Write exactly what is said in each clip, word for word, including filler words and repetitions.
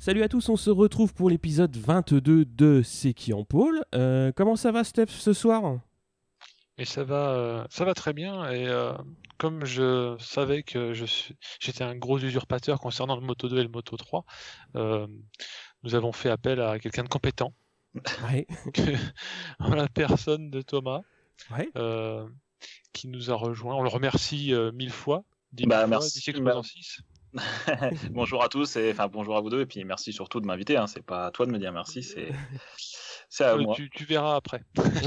Salut à tous, on se retrouve pour l'épisode vingt-deux de C'est qui en pôle. Euh, comment ça va Steph ce soir ? Et ça va, euh, ça va très bien. Et euh, comme je savais que je suis, j'étais un gros usurpateur concernant le Moto deux et le Moto trois, euh, nous avons fait appel à quelqu'un de compétent, Ouais, que- en la personne de Thomas, ouais. euh, qui nous a rejoint. On le remercie euh, mille fois, dix mille Bah fois, dix merci. exposants six. Bonjour à tous et enfin bonjour à vous deux et puis merci surtout de m'inviter. Hein. C'est pas à toi de me dire merci, c'est c'est à Euh, moi. tu, tu verras après.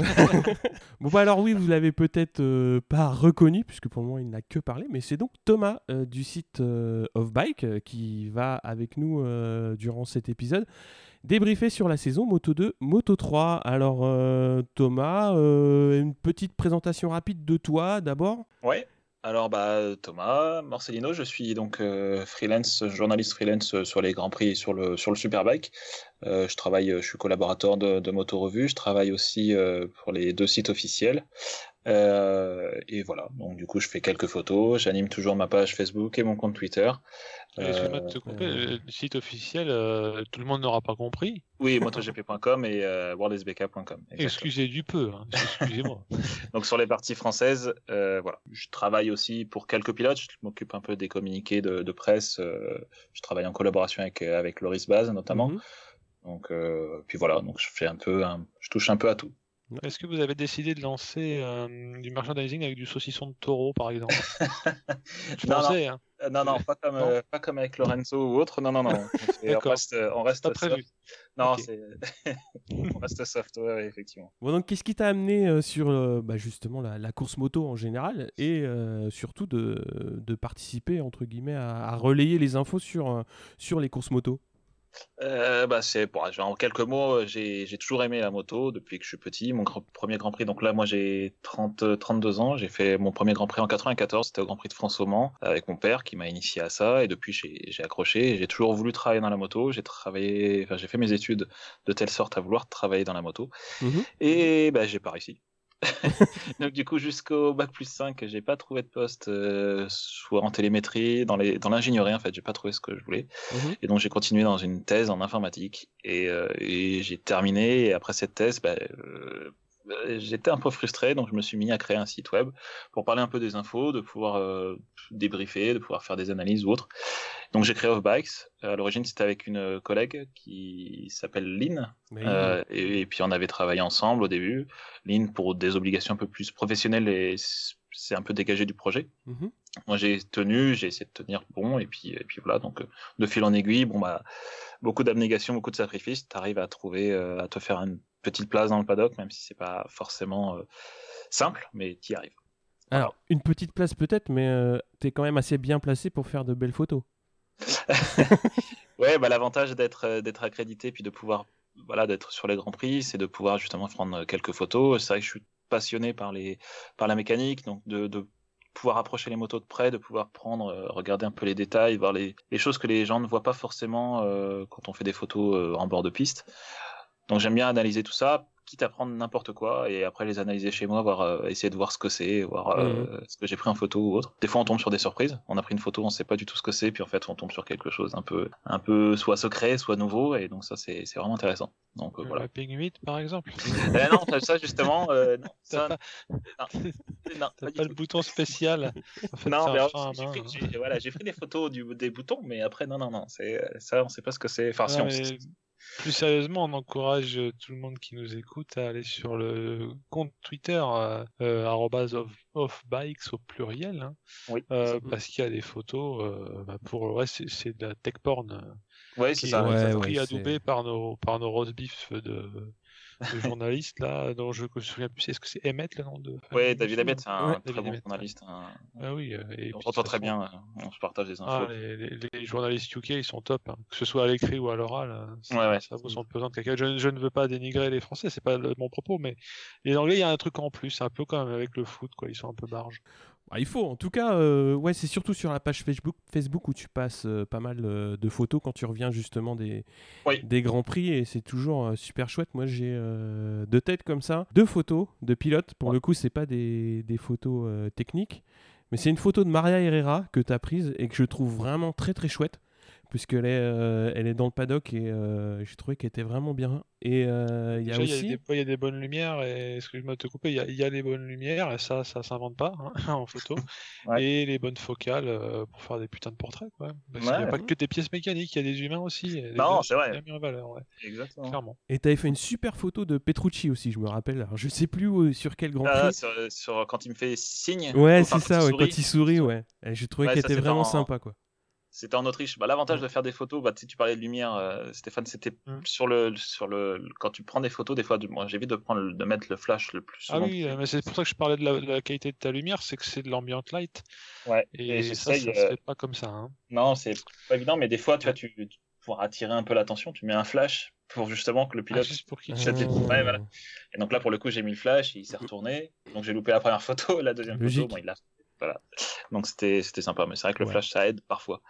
Bon bah alors oui, vous l'avez peut-être euh, pas reconnu, puisque pour le moment il n'a que parlé, mais c'est donc Thomas euh, du site euh, Off-Bike euh, qui va avec nous euh, durant cet épisode débriefer sur la saison Moto deux, Moto trois. Alors euh, Thomas, euh, une petite présentation rapide de toi d'abord. Ouais. Alors bah Thomas Morcellino, je suis donc euh, freelance, journaliste freelance euh, sur les grands prix et sur le sur le Superbike. Euh, je travaille, je suis collaborateur de, de Moto Revue. Je travaille aussi euh, pour les deux sites officiels. Euh, et voilà. Donc du coup, je fais quelques photos. J'anime toujours ma page Facebook et mon compte Twitter. Et Euh, excuse-moi de te couper, euh, le le site officiel, euh, tout le monde n'aura pas compris. oui, MotoGP point com et euh, world s b k point com. Exactement. Excusez du peu, hein, excusez-moi. Donc sur les parties françaises, euh, voilà. Je travaille aussi pour quelques pilotes. Je m'occupe un peu des communiqués de, de presse. Euh, je travaille en collaboration avec avec Loris Baz notamment. Mhm. Donc euh, puis voilà. Donc je fais un peu, un, je touche un peu à tout. Est-ce que vous avez décidé de lancer euh, du merchandising avec du saucisson de taureau, par exemple? Je non, non, pensais, hein. euh, non, non, pas comme, Non euh, pas comme avec Lorenzo ou autre. Non, non, non. On, fait- on D'accord, reste, on reste pas prévu. soft. Non, Ok. c'est, on reste soft, ouais, ouais, effectivement. Bon, donc, qu'est-ce qui t'a amené euh, sur euh, bah, justement la, la course moto en général et euh, surtout de, de participer entre guillemets à, à relayer les infos sur, euh, sur les courses moto? Euh, bah c'est bon, en quelques mots, j'ai j'ai toujours aimé la moto depuis que je suis petit. Mon grand- premier Grand Prix, donc là moi j'ai trente, trente-deux ans, j'ai fait mon premier Grand Prix en quatre-vingt-quatorze, c'était au Grand Prix de France au Mans avec mon père qui m'a initié à ça et depuis j'ai j'ai accroché. Et j'ai toujours voulu travailler dans la moto. J'ai travaillé, enfin j'ai fait mes études de telle sorte à vouloir travailler dans la moto Mhm. et bah j'ai pas réussi. Donc du coup jusqu'au bac plus cinq, j'ai pas trouvé de poste, euh, soit en télémétrie, dans les dans l'ingénierie en fait, j'ai pas trouvé ce que je voulais. Mhm. Et donc j'ai continué dans une thèse en informatique et, euh, et j'ai terminé. Et après cette thèse, bah, euh, j'étais un peu frustré, donc je me suis mis à créer un site web pour parler un peu des infos, de pouvoir euh, débriefer, de pouvoir faire des analyses ou autres. Donc j'ai créé Off-Bikes. À l'origine, c'était avec une collègue qui s'appelle Lynn. Oui. Euh, et, et puis on avait travaillé ensemble au début. Lynn pour des obligations un peu plus professionnelles et c'est un peu dégagé du projet. Mhm. Moi j'ai tenu, j'ai essayé de tenir bon et puis et puis voilà. Donc de fil en aiguille, bon bah beaucoup d'abnégation, beaucoup de sacrifices, t'arrives à trouver, euh, à te faire une petite place dans le paddock, même si c'est pas forcément euh, simple, mais t'y arrives. Voilà. Alors, une petite place peut-être, mais euh, t'es quand même assez bien placé pour faire de belles photos. Ouais, bah l'avantage d'être euh, d'être accrédité puis de pouvoir voilà d'être sur les grands prix, c'est de pouvoir justement prendre quelques photos. C'est vrai que je suis passionné par les par la mécanique, donc de, de pouvoir approcher les motos de près, de pouvoir prendre, euh, regarder un peu les détails, voir les, les choses que les gens ne voient pas forcément euh, quand on fait des photos euh, en bord de piste. Donc j'aime bien analyser tout ça, quitte à prendre n'importe quoi et après les analyser chez moi, voir euh, essayer de voir ce que c'est, voir euh, Mhm. ce que j'ai pris en photo ou autre. Des fois on tombe sur des surprises. On a pris une photo, on sait pas du tout ce que c'est, puis en fait on tombe sur quelque chose un peu, un peu soit secret, soit nouveau, et donc ça c'est c'est vraiment intéressant. Donc euh, Le voilà. mapping huit, par exemple. Euh, non, ça justement, euh, non, T'as ça, pas, non, non, t'as pas du pas le tout. bouton spécial. En fait, Non, c'est mais un alors, frein à j'ai main. pris, hein. j'ai- voilà, j'ai pris des photos du, des boutons, mais après non, non, non, c'est ça, on sait pas ce que c'est. Enfin, si Non, on sait. mais plus sérieusement, on encourage euh, tout le monde qui nous écoute à aller sur le compte Twitter euh, euh, arobase off, offbikes au pluriel, hein, Oui, c'est ça. euh, parce qu'il y a des photos. Euh, bah, pour le reste, c'est, c'est de la tech porn euh, Oui, c'est qui est ça, Ouais, exactement. ouais, pris c'est. adoubé par nos par nos roast beef de, de journalistes là, dont je me souviens plus. Est-ce que c'est Emmett le nom de Ouais, famille, David monsieur? Abed, c'est Ouais. un très David bon Emmett. Ouais. journaliste. un- Ah oui, euh, et On puis de toute s'entend très façon, bien, euh, on se partage des ah, infos. les, les- les journalistes U K, ils sont top, hein. Que ce soit à l'écrit ou à l'oral, hein, Ouais, ça, ouais. ça vaut son pesant de cacahuètes. Je, je ne veux pas dénigrer les Français, c'est pas le- mon propos, mais les Anglais, il y a un truc en plus, un peu comme avec le foot, quoi. Ils sont un peu barges. Bah, il faut, en tout cas, euh, ouais, c'est surtout sur la page Facebook, Facebook où tu passes euh, pas mal euh, de photos quand tu reviens justement des, Oui, des grands prix et c'est toujours euh, super chouette. Moi, j'ai euh, deux têtes comme ça, deux photos de pilotes. Pour ouais. le coup, c'est pas des, des photos euh, techniques, mais c'est une photo de Maria Herrera que tu as prise et que je trouve vraiment très très chouette puisqu'elle est, euh, elle est dans le paddock et euh, j'ai trouvé qu'elle était vraiment bien. Et euh, il y a Déjà, il y a aussi... des fois, il y a des bonnes lumières, et excuse-moi de te couper, il y a, il y a les bonnes lumières, et ça, ça s'invente pas hein, en photo, Ouais. et les bonnes focales euh, pour faire des putains de portraits, quoi. Parce qu'il n'y a Ouais. pas que des pièces mécaniques, il y a des humains aussi, et les Non, deux c'est sont vrai. bien mis en valeur, ouais, Exactement. clairement. Et t'avais fait une super photo de Petrucci aussi, je me rappelle. Alors, je sais plus où- sur quel Grand Prix. Ah, sur, sur- quand il me fait signe, Ouais, enfin, c'est quand ça, il ouais, sourit. quand il sourit, ouais. Et j'ai trouvé Ouais, qu'elle ça, était c'était vraiment en- sympa, quoi. C'était en Autriche. Bah, l'avantage Mm. de faire des photos, bah, tu sais, tu parlais de lumière, euh, Stéphane, c'était Mm. sur le, sur le, quand tu prends des photos, des fois, de- moi, j'évite de prendre, le- de mettre le flash le plus Ah souvent oui, possible. euh, mais c'est pour ça que je parlais de la, de la qualité de ta lumière, c'est que c'est de l'ambient light, Ouais. Et et ça, j'essaye. ça se euh, fait pas comme ça, hein. Non, c'est pas évident, mais des fois, tu vois, Ouais. tu, tu- pour attirer un peu l'attention, tu mets un flash pour justement que le Ah, pilote juste pour qu'il jette les. check. Ouais, voilà. Ah, Et donc là, pour le coup, j'ai mis le flash, et il s'est retourné. Donc j'ai loupé la première photo, la deuxième photo, logique. bon, il l'a. Voilà. Donc c'était, c'était sympa, mais c'est vrai que le Ouais. flash, ça aide parfois.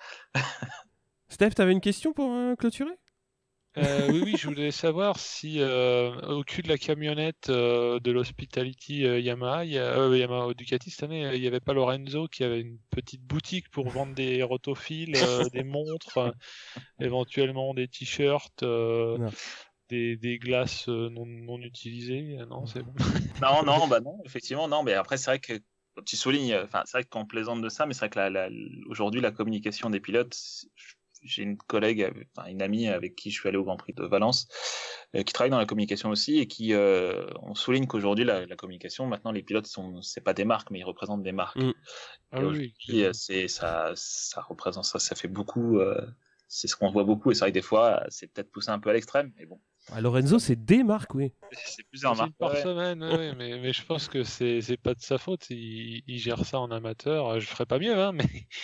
Steph, t'avais une question pour euh, clôturer? Euh, oui, oui, je voulais savoir si euh, au cul de la camionnette euh, de l'Hospitality euh, Yamaha, il y a, euh, Yamaha Ducati cette année, euh, il n'y avait pas Lorenzo qui avait une petite boutique pour vendre des rotophiles, euh, des montres, euh, éventuellement des t-shirts, euh, Non. des, des glaces euh, non, non utilisées. Euh, Non, c'est bon. Non, non, bah non, effectivement, non, mais après, c'est vrai que tu soulignes, enfin, c'est vrai qu'on plaisante de ça, mais c'est vrai que la, la, aujourd'hui, la communication des pilotes, j'ai une collègue, enfin, une amie avec qui je suis allé au Grand Prix de Valence, euh, qui travaille dans la communication aussi, et qui, euh, on souligne qu'aujourd'hui, la, la communication, maintenant, les pilotes sont, c'est pas des marques, mais ils représentent des marques. Mm. Ah Et oui, aujourd'hui, oui. euh, c'est, ça, ça représente ça, ça fait beaucoup, euh, c'est ce qu'on voit beaucoup, et c'est vrai que des fois, c'est peut-être poussé un peu à l'extrême, mais bon. Ah, Lorenzo, c'est des marques, oui. C'est plusieurs C'est une marques. par Ouais, ouais. semaine, ouais, ouais, mais, mais je pense que c'est c'est pas de sa faute. Il, il gère ça en amateur. Je ferais pas mieux, hein, mais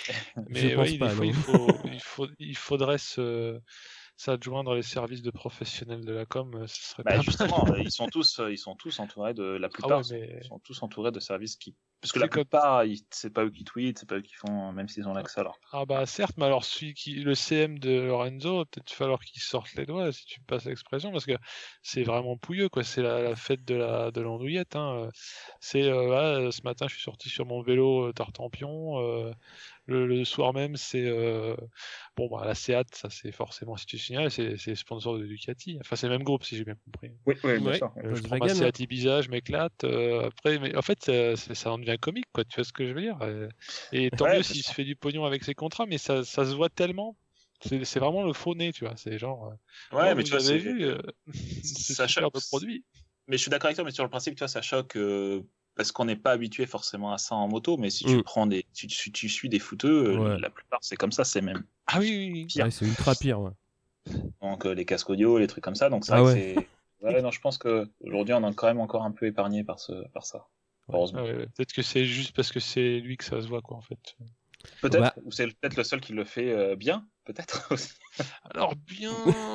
Je mais pense ouais, des pas, fois non. il faut il faut il faudrait se s'adjoindre les services de professionnels de la com. euh, Ce serait Bah pas mal. justement, euh, ils sont tous, euh, ils sont tous entourés de, la Ah ouais, plupart sont, mais sont tous entourés de services qui, parce que tu la sais quand plupart, ils- c'est pas eux qui tweetent, c'est pas eux qui font, même s'ils ont l'accès alors. ah bah certes, mais alors celui qui le C M de Lorenzo, peut-être falloir qu'il sorte les doigts si tu me passes l'expression, parce que c'est vraiment pouilleux quoi. C'est la, la fête de la de l'andouillette. Hein. C'est euh, voilà, ce matin je suis sorti sur mon vélo euh, Tartampion. euh, Le, le soir même, c'est euh, bon, bah, la Seat, ça c'est forcément institutionnel, c'est c'est sponsor de Ducati. Enfin, c'est le même groupe si j'ai bien compris. Oui, oui, bien Ouais, sûr. Euh, je prends ma Volkswagen, hein. Seat Ibiza, je m'éclate. euh, après, mais en fait, ça, ça ça en devient comique, quoi. Tu vois ce que je veux dire? euh, Et tant Ouais, mieux bien s'il se sûr. fait du pognon avec ses contrats, mais ça, ça se voit tellement. C'est c'est vraiment le faux nez, tu vois. C'est genre, euh, Ouais, oh, mais tu vous vois, avez c'est, vu euh, ce ça choque. superbe produit. Mais je suis d'accord avec toi, mais sur le principe, tu vois, ça choque euh, parce qu'on n'est pas habitué forcément à ça en moto. Mais si tu Mm. prends des, si tu, tu suis des footeux, euh, Ouais. la plupart c'est comme ça, c'est même Ah oui, oui, oui. pire. Ouais, c'est ultra pire, ouais. Donc euh, les casques audio, les trucs comme ça. Donc c'est Ah vrai que ouais. c'est. Ouais, non, je pense que aujourd'hui on est quand même encore un peu épargné par ce, par ça. Ouais. Heureusement. Ah ouais, ouais. Peut-être que c'est juste parce que c'est lui que ça se voit, quoi, en fait. Peut-être, Bah, ou c'est peut-être le seul qui le fait euh, bien, peut-être aussi. Alors bien,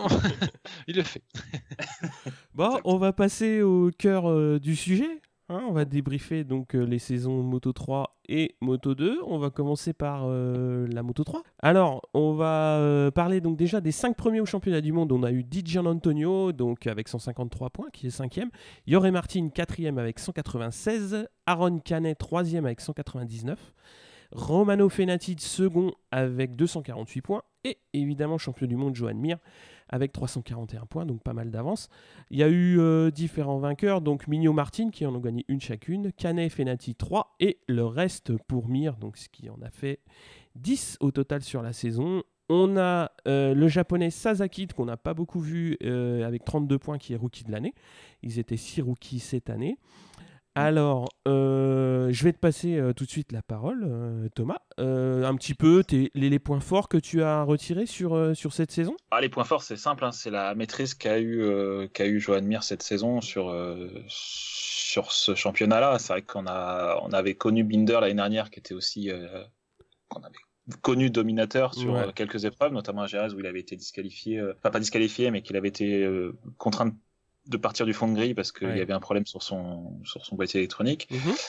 il le fait. bon, on va passer au cœur euh, du sujet. Hein, on va débriefer donc euh, les saisons Moto trois et Moto deux. On va commencer par euh, la Moto trois. Alors, on va euh, parler donc déjà des cinq premiers au championnat du monde. On a eu Di Gianantonio donc avec cent cinquante-trois points, qui est cinquième. Jorge Martin, quatrième avec cent quatre-vingt-seize. Aaron Canet, troisième avec cent quatre-vingt-dix-neuf. Romano Fenati, second avec deux cent quarante-huit points. Et évidemment, champion du monde, Joan Mir, avec trois cent quarante et un points, donc pas mal d'avance. Il y a eu euh, différents vainqueurs, donc Mignot Martin, qui en ont gagné une chacune, Canet, Fenati, trois, et le reste pour Mir, donc ce qui en a fait dix au total sur la saison. On a euh, le japonais Sasaki, qu'on n'a pas beaucoup vu, euh, avec trente-deux points, qui est rookie de l'année. Ils étaient six rookies cette année. Alors, euh, je vais te passer euh, tout de suite la parole, euh, Thomas. Euh, un petit peu tes, les, les points forts que tu as retirés sur, euh, sur cette saison. Ah, les points forts, c'est simple, hein, c'est la maîtrise qu'a eu, euh, qu'a eu Joan Mir cette saison sur, euh, sur ce championnat-là. C'est vrai qu'on a, on avait connu Binder l'année dernière, qui était aussi, euh, qu'on avait connu dominateur sur Ouais. euh, quelques épreuves, notamment à Jerez où il avait été disqualifié, euh, enfin pas disqualifié, mais qu'il avait été euh, contraint de partir du fond de grille parce qu'il Ouais. y avait un problème sur son, sur son boîtier électronique. Mhm.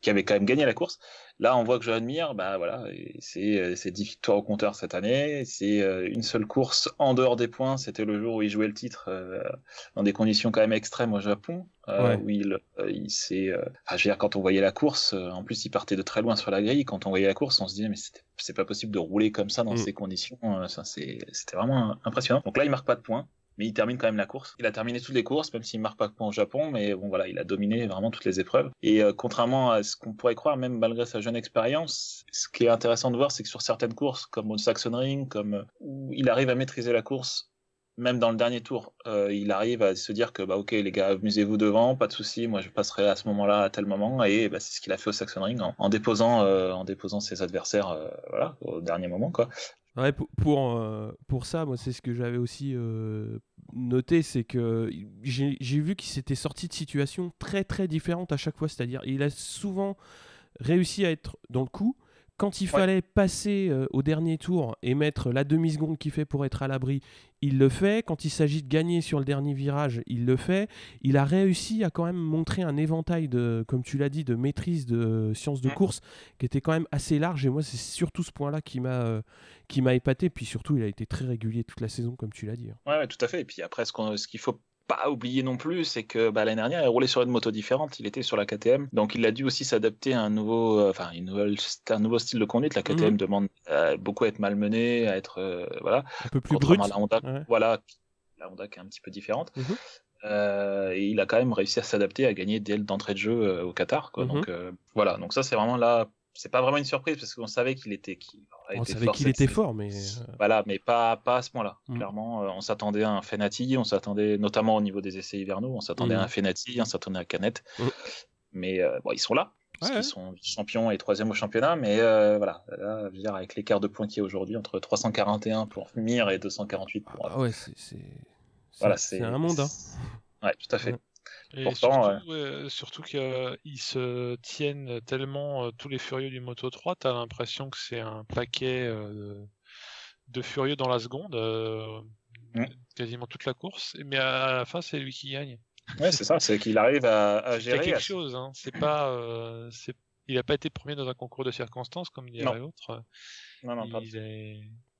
qui avait quand même gagné la course. Là, on voit que Joan Mir, bah voilà, c'est c'est dix victoires au compteur cette année. C'est euh, une seule course en dehors des points. C'était le jour où il jouait le titre euh, dans des conditions quand même extrêmes au Japon, euh, Ouais. où il, euh, il s'est. Euh... Enfin, je veux dire, quand on voyait la course, euh, en plus, il partait de très loin sur la grille. Quand on voyait la course, on se disait mais c'était- c'est pas possible de rouler comme ça dans Mm. ces conditions. Euh, ça, c'est, c'était vraiment impressionnant. Donc là, il marque pas de points. Mais il termine quand même la course. Il a terminé toutes les courses, même s'il ne marque pas de points au Japon, mais bon voilà, il a dominé vraiment toutes les épreuves. Et euh, contrairement à ce qu'on pourrait croire, même malgré sa jeune expérience, ce qui est intéressant de voir, c'est que sur certaines courses, comme au Sachsenring, comme où il arrive à maîtriser la course, même dans le dernier tour, euh, il arrive à se dire que bah ok les gars, amusez-vous devant, pas de souci, moi je passerai à ce moment-là à tel moment, et bah, c'est ce qu'il a fait au Sachsenring en, en déposant, euh, en déposant ses adversaires, euh, voilà, au dernier moment quoi. Ouais, pour, pour, euh, pour ça, moi, c'est ce que j'avais aussi euh, noté, c'est que j'ai j'ai vu qu'il s'était sorti de situations très très différentes à chaque fois. C'est-à-dire, il a souvent réussi à être dans le coup. Quand il Ouais. fallait passer euh, au dernier tour et mettre la demi-seconde qu'il fait pour être à l'abri, il le fait. Quand il s'agit de gagner sur le dernier virage, il le fait. Il a réussi à quand même montrer un éventail de, comme tu l'as dit, de maîtrise de euh, sciences de Mmh. course qui était quand même assez large. Et moi, c'est surtout ce point-là qui m'a euh, qui m'a épaté. Puis surtout, il a été très régulier toute la saison, comme tu l'as dit. Ouais, ouais, tout à fait. Et puis après, ce qu'on, ce qu'il faut pas oublier non plus, c'est que bah, l'année dernière, il roulait sur une moto différente. Il était sur la K T M, donc il a dû aussi s'adapter à un nouveau, euh, enfin une nouvelle, un nouveau style de conduite. La K T M Mhm. demande euh, beaucoup à être malmenée, à être euh, voilà, Un peu plus contrairement brut. à la Honda, Ouais. voilà, la Honda qui est un petit peu différente. Mhm. Euh, et il a quand même réussi à s'adapter, à gagner dès d'entrée de jeu euh, au Qatar, quoi. Mhm. Donc euh, voilà, donc ça c'est vraiment là. C'est pas vraiment une surprise parce qu'on savait qu'il était, qu'il On était savait fort qu'il cette était saison. fort, mais euh, Voilà, mais pas, pas à ce point-là. Mm. Clairement, euh, on s'attendait à un Fenati, on s'attendait notamment au niveau des essais hivernaux, on s'attendait Mm. à un Fenati, on s'attendait à Canet. Mm. Mais euh, bon, ils sont là, parce Ouais, qu'ils ouais. sont champions et troisième au championnat. Mais euh, voilà, là, je veux dire, avec l'écart de points qu'il y a aujourd'hui entre trois cent quarante et un pour Mir et deux cent quarante-huit pour. Ah ouais, c'est c'est Voilà, c'est un c'est. monde. Hein. Ouais, tout à fait. Ouais. Et Pourtant, surtout, euh, surtout qu'ils se tiennent tellement euh, tous les furieux du Moto trois, t'as l'impression que c'est un paquet euh, de, de furieux dans la seconde, euh, Mm. quasiment toute la course, mais à la fin c'est lui qui gagne. ouais, c'est ça, c'est qu'il arrive à, à Il y a gérer. quelque à- chose, hein. C'est pas, euh, c'est... Il n'a pas été premier dans un concours de circonstances, comme dirait Non, l'autre. non, non, pas, Il est...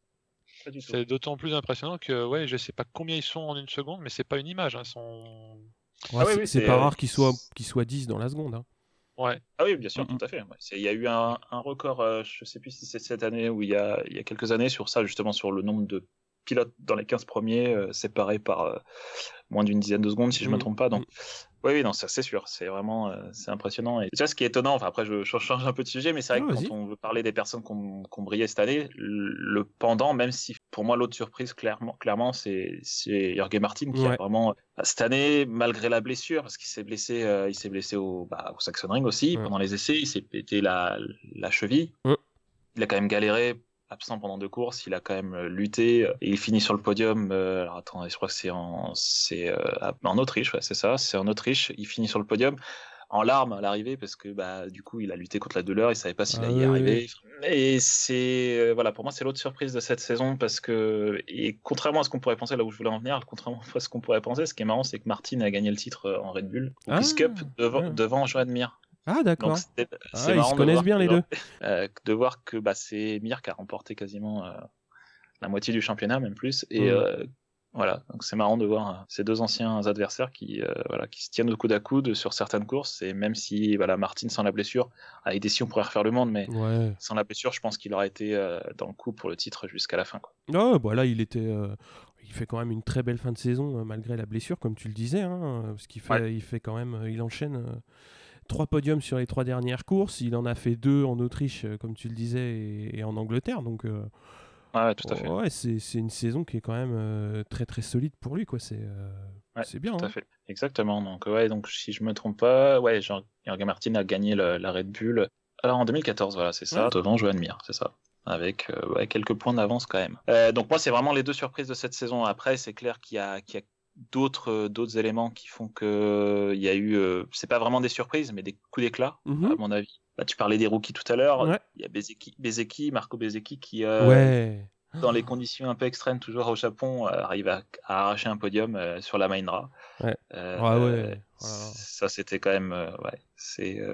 pas du tout. C'est d'autant plus impressionnant que, ouais, je sais pas combien ils sont en une seconde, mais c'est pas une image, hein. Sont... Ouais, Ah oui, c'est oui, c'est c'est. pas euh, rare qu'il soit, qu'il soit dix dans la seconde. Hein. Ouais. Ah oui, bien sûr, Mm, tout à fait. Ouais. C'est- Il y a eu un, un record, euh, je sais plus si c'est cette année ou il y a, il y a quelques années sur ça, justement sur le nombre de pilotes dans les quinze premiers, euh, séparés par euh, moins d'une dizaine de secondes, si je mm, me trompe pas. mm. Donc, oui, oui, non, ça c'est sûr, c'est vraiment, euh, c'est impressionnant. Et tu vois, ce qui est étonnant, enfin après je, je change un peu de sujet, mais c'est vrai Ah, que vas-y. quand on veut parler des personnes qui ont qui ont brillé cette année, le, le pendant, même si pour moi l'autre surprise, clairement, clairement, c'est c'est Jorge Martin qui a Ouais. vraiment bah, cette année, malgré la blessure, parce qu'il s'est blessé, euh, il s'est blessé au, bah, au Sachsenring aussi Ouais. pendant les essais, il s'est pété la, la cheville. Ouais. Il a quand même galéré. Absent pendant deux courses, il a quand même euh, lutté et il finit sur le podium. Euh, alors attends, je crois que c'est en, c'est euh, en Autriche, ouais, c'est ça, c'est en Autriche. Il finit sur le podium en larmes à l'arrivée parce que bah du coup il a lutté contre la douleur, il savait pas s'il Ah, allait y ouais, arriver. ouais. Et c'est euh, voilà, pour moi c'est l'autre surprise de cette saison parce que et contrairement à ce qu'on pourrait penser, là où je voulais en venir, contrairement à ce qu'on pourrait penser, ce qui est marrant c'est que Martin a gagné le titre euh, en Red Bull au Ah, Quiz Cup devant ouais. devant Joan Mir. Ah, Donc d'accord. c'est Ah, c'est ils marrant se de connaissent voir bien que, les deux. euh, de voir que bah, c'est Mir qui a remporté quasiment euh, la moitié du championnat, même plus. Et Mm. euh, voilà, donc c'est marrant de voir euh, ces deux anciens adversaires qui, euh, voilà, qui se tiennent au coude à coude sur certaines courses. Et même si voilà, Martin, sans la blessure, avec des si on pourrait refaire le monde, mais Ouais. sans la blessure, je pense qu'il aurait été euh, dans le coup pour le titre jusqu'à la fin. Quoi. Ah, bah là, il était. euh, Il fait quand même une très belle fin de saison euh, malgré la blessure, comme tu le disais. Hein, parce qu'il fait, Ouais. il fait quand même. euh, Il enchaîne euh, trois podiums sur les trois dernières courses. Il en a fait deux en Autriche, euh, comme tu le disais, et, et en Angleterre. Donc. euh, Ouais, tout à fait. Ouais, c'est, c'est une saison qui est quand même euh, très très solide pour lui, quoi. C'est, euh, Ouais, c'est bien. tout à Hein. fait. Exactement. Donc, ouais, donc si je me trompe pas, ouais, Jorge Martin a gagné le- la Red Bull. Alors en deux mille quatorze, voilà, c'est ça, Ouais. devant Joan Mir, c'est ça. Avec euh, ouais, quelques points d'avance quand même. Euh, donc moi, c'est vraiment les deux surprises de cette saison. Après, c'est clair qu'il y a, qu'il y a d'autres, euh, d'autres éléments qui font que il y a eu, euh, c'est pas vraiment des surprises, mais des coups d'éclat, Mhm. à mon avis. Là, tu parlais des rookies tout à l'heure. Ouais. Il y a Bezeki, Bezeki, Marco Bezeki qui, euh, Ouais. dans les conditions un peu extrêmes, toujours au Japon, euh, arrive à, à arracher un podium euh, sur la Mainra. Ouais. Euh, Ah ouais. euh, Oh là là. ça, c'était quand même, euh, ouais, c'est, euh,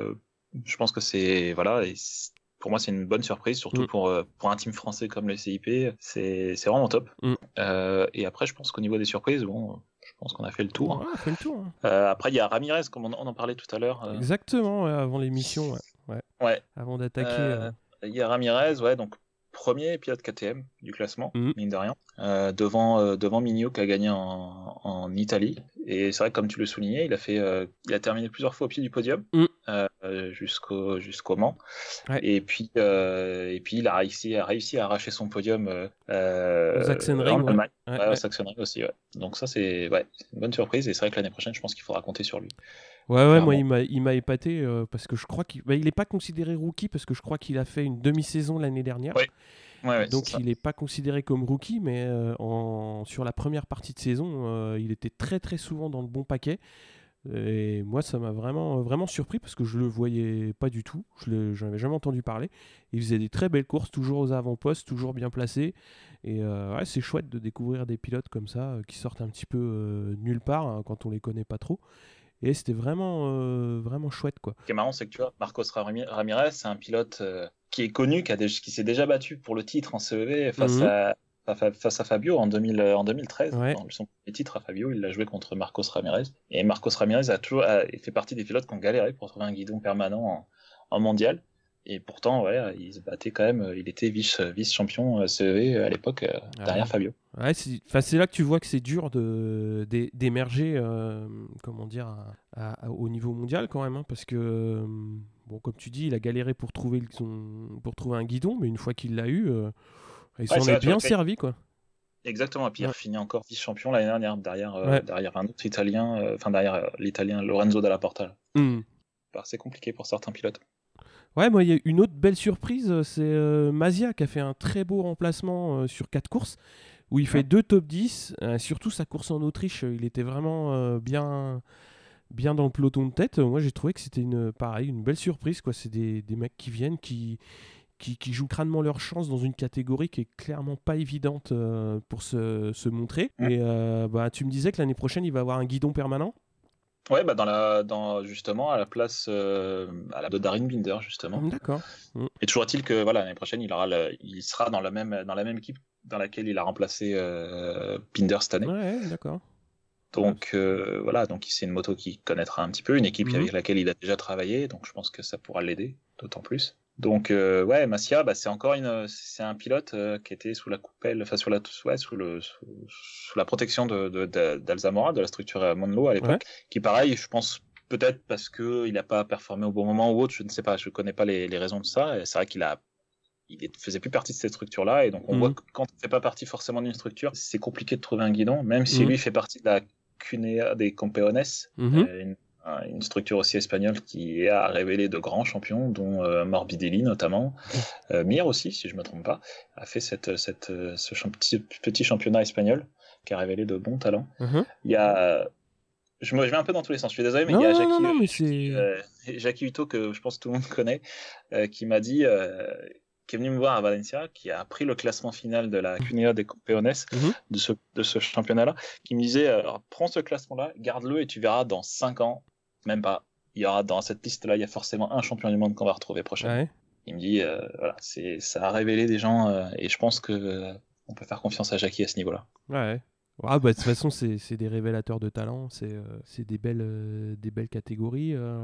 je pense que c'est voilà, et c'est- pour moi c'est une bonne surprise, surtout Mm. pour euh, pour un team français comme le C I P, c'est c'est vraiment top. Mm. Euh, et après, je pense qu'au niveau des surprises, bon, je pense qu'on a fait le tour. Ouais, on a fait le tour. Hein. Euh, après, il y a Ramirez, comme on, on en parlait tout à l'heure. euh, Exactement, ouais, avant l'émission, ouais. ouais. Ouais. Avant d'attaquer. Euh, euh, Il y a Ramirez, ouais, donc premier pilote K T M du classement, Mm. mine de rien, euh, devant euh, devant Mignot qui a gagné en, en Italie. Et c'est vrai que comme tu le soulignais, il a fait, euh, il a terminé plusieurs fois au pied du podium Mm. euh, jusqu'au jusqu'au Mans. Ouais. Et puis euh, et puis il a réussi a réussi à arracher son podium euh, Au Sachsenring, en ouais. Allemagne, Ouais, ouais, au ouais. Sachsenring aussi. Ouais. Donc ça c'est ouais, c'est une bonne surprise. Et c'est vrai que l'année prochaine, je pense qu'il faudra compter sur lui. Ouais, ouais, moi Clairement. il m'a, il m'a épaté euh, parce que je crois qu'il bah, il est pas considéré rookie parce que je crois qu'il a fait une demi-saison l'année dernière. Ouais. Ouais, ouais, c'est Donc ça. il n'est pas considéré comme rookie, mais euh, en, sur la première partie de saison, euh, il était très très souvent dans le bon paquet. Et moi, ça m'a vraiment, vraiment surpris parce que je le voyais pas du tout. Je n'en avais jamais entendu parler. Il faisait des très belles courses, toujours aux avant-postes, toujours bien placés. Et euh, ouais, c'est chouette de découvrir des pilotes comme ça euh, qui sortent un petit peu euh, nulle part hein, quand on les connaît pas trop. Et c'était vraiment, euh, vraiment chouette, quoi. Ce qui est marrant, c'est que tu vois, Marcos Rami- Ramirez, c'est un pilote euh, qui est connu, qui, a déjà- qui s'est déjà battu pour le titre en C E V face, Mhm. à, fa- face à Fabio en, deux mille, en deux mille treize. Ouais. Dans son premier titre à Fabio, il l'a joué contre Marcos Ramirez. Et Marcos Ramirez a toujours a, il fait partie des pilotes qui ont galéré pour trouver un guidon permanent en, en mondial. Et pourtant, ouais, il se battait quand même. Il était vice, vice-champion C E V à l'époque, euh, Ouais. derrière Fabio. Ouais, c'est, enfin, c'est là que tu vois que c'est dur de, d'é- d'émerger euh, comment dire, à- à- au niveau mondial quand même. Hein, parce que, euh, bon, comme tu dis, il a galéré pour trouver, le- son, pour trouver un guidon, mais une fois qu'il l'a eu, euh, il Ouais, s'en c'est est vrai, tu vois, bien tu vois, servi, quoi. exactement, et puis Ouais. il finit encore vice-champion l'année dernière, derrière, euh, Ouais. derrière un autre Italien, euh, enfin derrière euh, l'Italien Lorenzo Dalla Porta. Hmm. Bah, c'est compliqué pour certains pilotes. Ouais, moi, il y a une autre belle surprise, euh, c'est euh, Mazia qui a fait un très beau remplacement euh, sur quatre courses, où il fait Ouais. deux top dix. Euh, surtout sa course en Autriche, euh, il était vraiment euh, bien, bien dans le peloton de tête. Moi, j'ai trouvé que c'était une, pareil, une belle surprise, quoi. C'est des, des mecs qui viennent, qui, qui, qui jouent crânement leur chance dans une catégorie qui est clairement pas évidente euh, pour se, se montrer. Mm. Et euh, bah, tu me disais que l'année prochaine, il va avoir un guidon permanent. Ouais, bah dans la, dans, justement, à la place euh, à la de Darin Binder, justement. Hum, D'accord. Hum. Et toujours est-il que voilà, l'année prochaine, il, aura le- il sera dans la, même, dans la même équipe dans laquelle il a remplacé euh, Binder cette année. Ouais, d'accord. Donc euh, voilà, donc c'est une moto qu'il connaîtra un petit peu, une équipe Mhm. avec laquelle il a déjà travaillé, donc je pense que ça pourra l'aider, d'autant plus. Donc euh, ouais, Massia, bah, c'est encore une, c'est un pilote euh, qui était sous la coupelle, enfin sous la, ouais, sous le, sous, sous la protection de, de, de- d'Alzamora, de la structure euh, Monlo à l'époque, Ouais. qui pareil, je pense peut-être parce que il n'a pas performé au bon moment ou autre, je ne sais pas, je connais pas les, les raisons de ça. Et c'est vrai qu'il a, il ne faisait plus partie de cette structure-là, et donc on Mhm. voit que quand on ne fait pas partie forcément d'une structure, c'est compliqué de trouver un guidon, même si Mhm. lui fait partie de la Cunea des Campeones, Mhm. euh, une, une structure aussi espagnole qui a révélé de grands champions, dont euh, Morbidelli notamment, euh, Mir aussi, si je me trompe pas, a fait cette, cette, euh, ce champ- petit, petit championnat espagnol qui a révélé de bons talents. Mhm. Il y a, je me je vais un peu dans tous les sens, je suis désolé, mais Non, il y a non, Jackie, non, non, mais Jackie, c'est. euh, Jackie Huto, que je pense que tout le monde connaît, euh, qui m'a dit, euh, qui est venu me voir à Valencia, qui a appris le classement final de la Cunea des Campeones, Mhm. de ce, de ce championnat-là, qui me disait, alors, prends ce classement-là, garde-le et tu verras dans cinq ans, même pas, il y aura dans cette liste-là, il y a forcément un champion du monde qu'on va retrouver prochainement. Ouais. Il me dit, euh, voilà, c'est, ça a révélé des gens, euh, et je pense que euh, on peut faire confiance à Jackie à ce niveau-là. Ouais. Ah, bah, de toute façon, c'est, c'est des révélateurs de talent, c'est, euh, c'est des, belles, euh, des belles catégories. euh.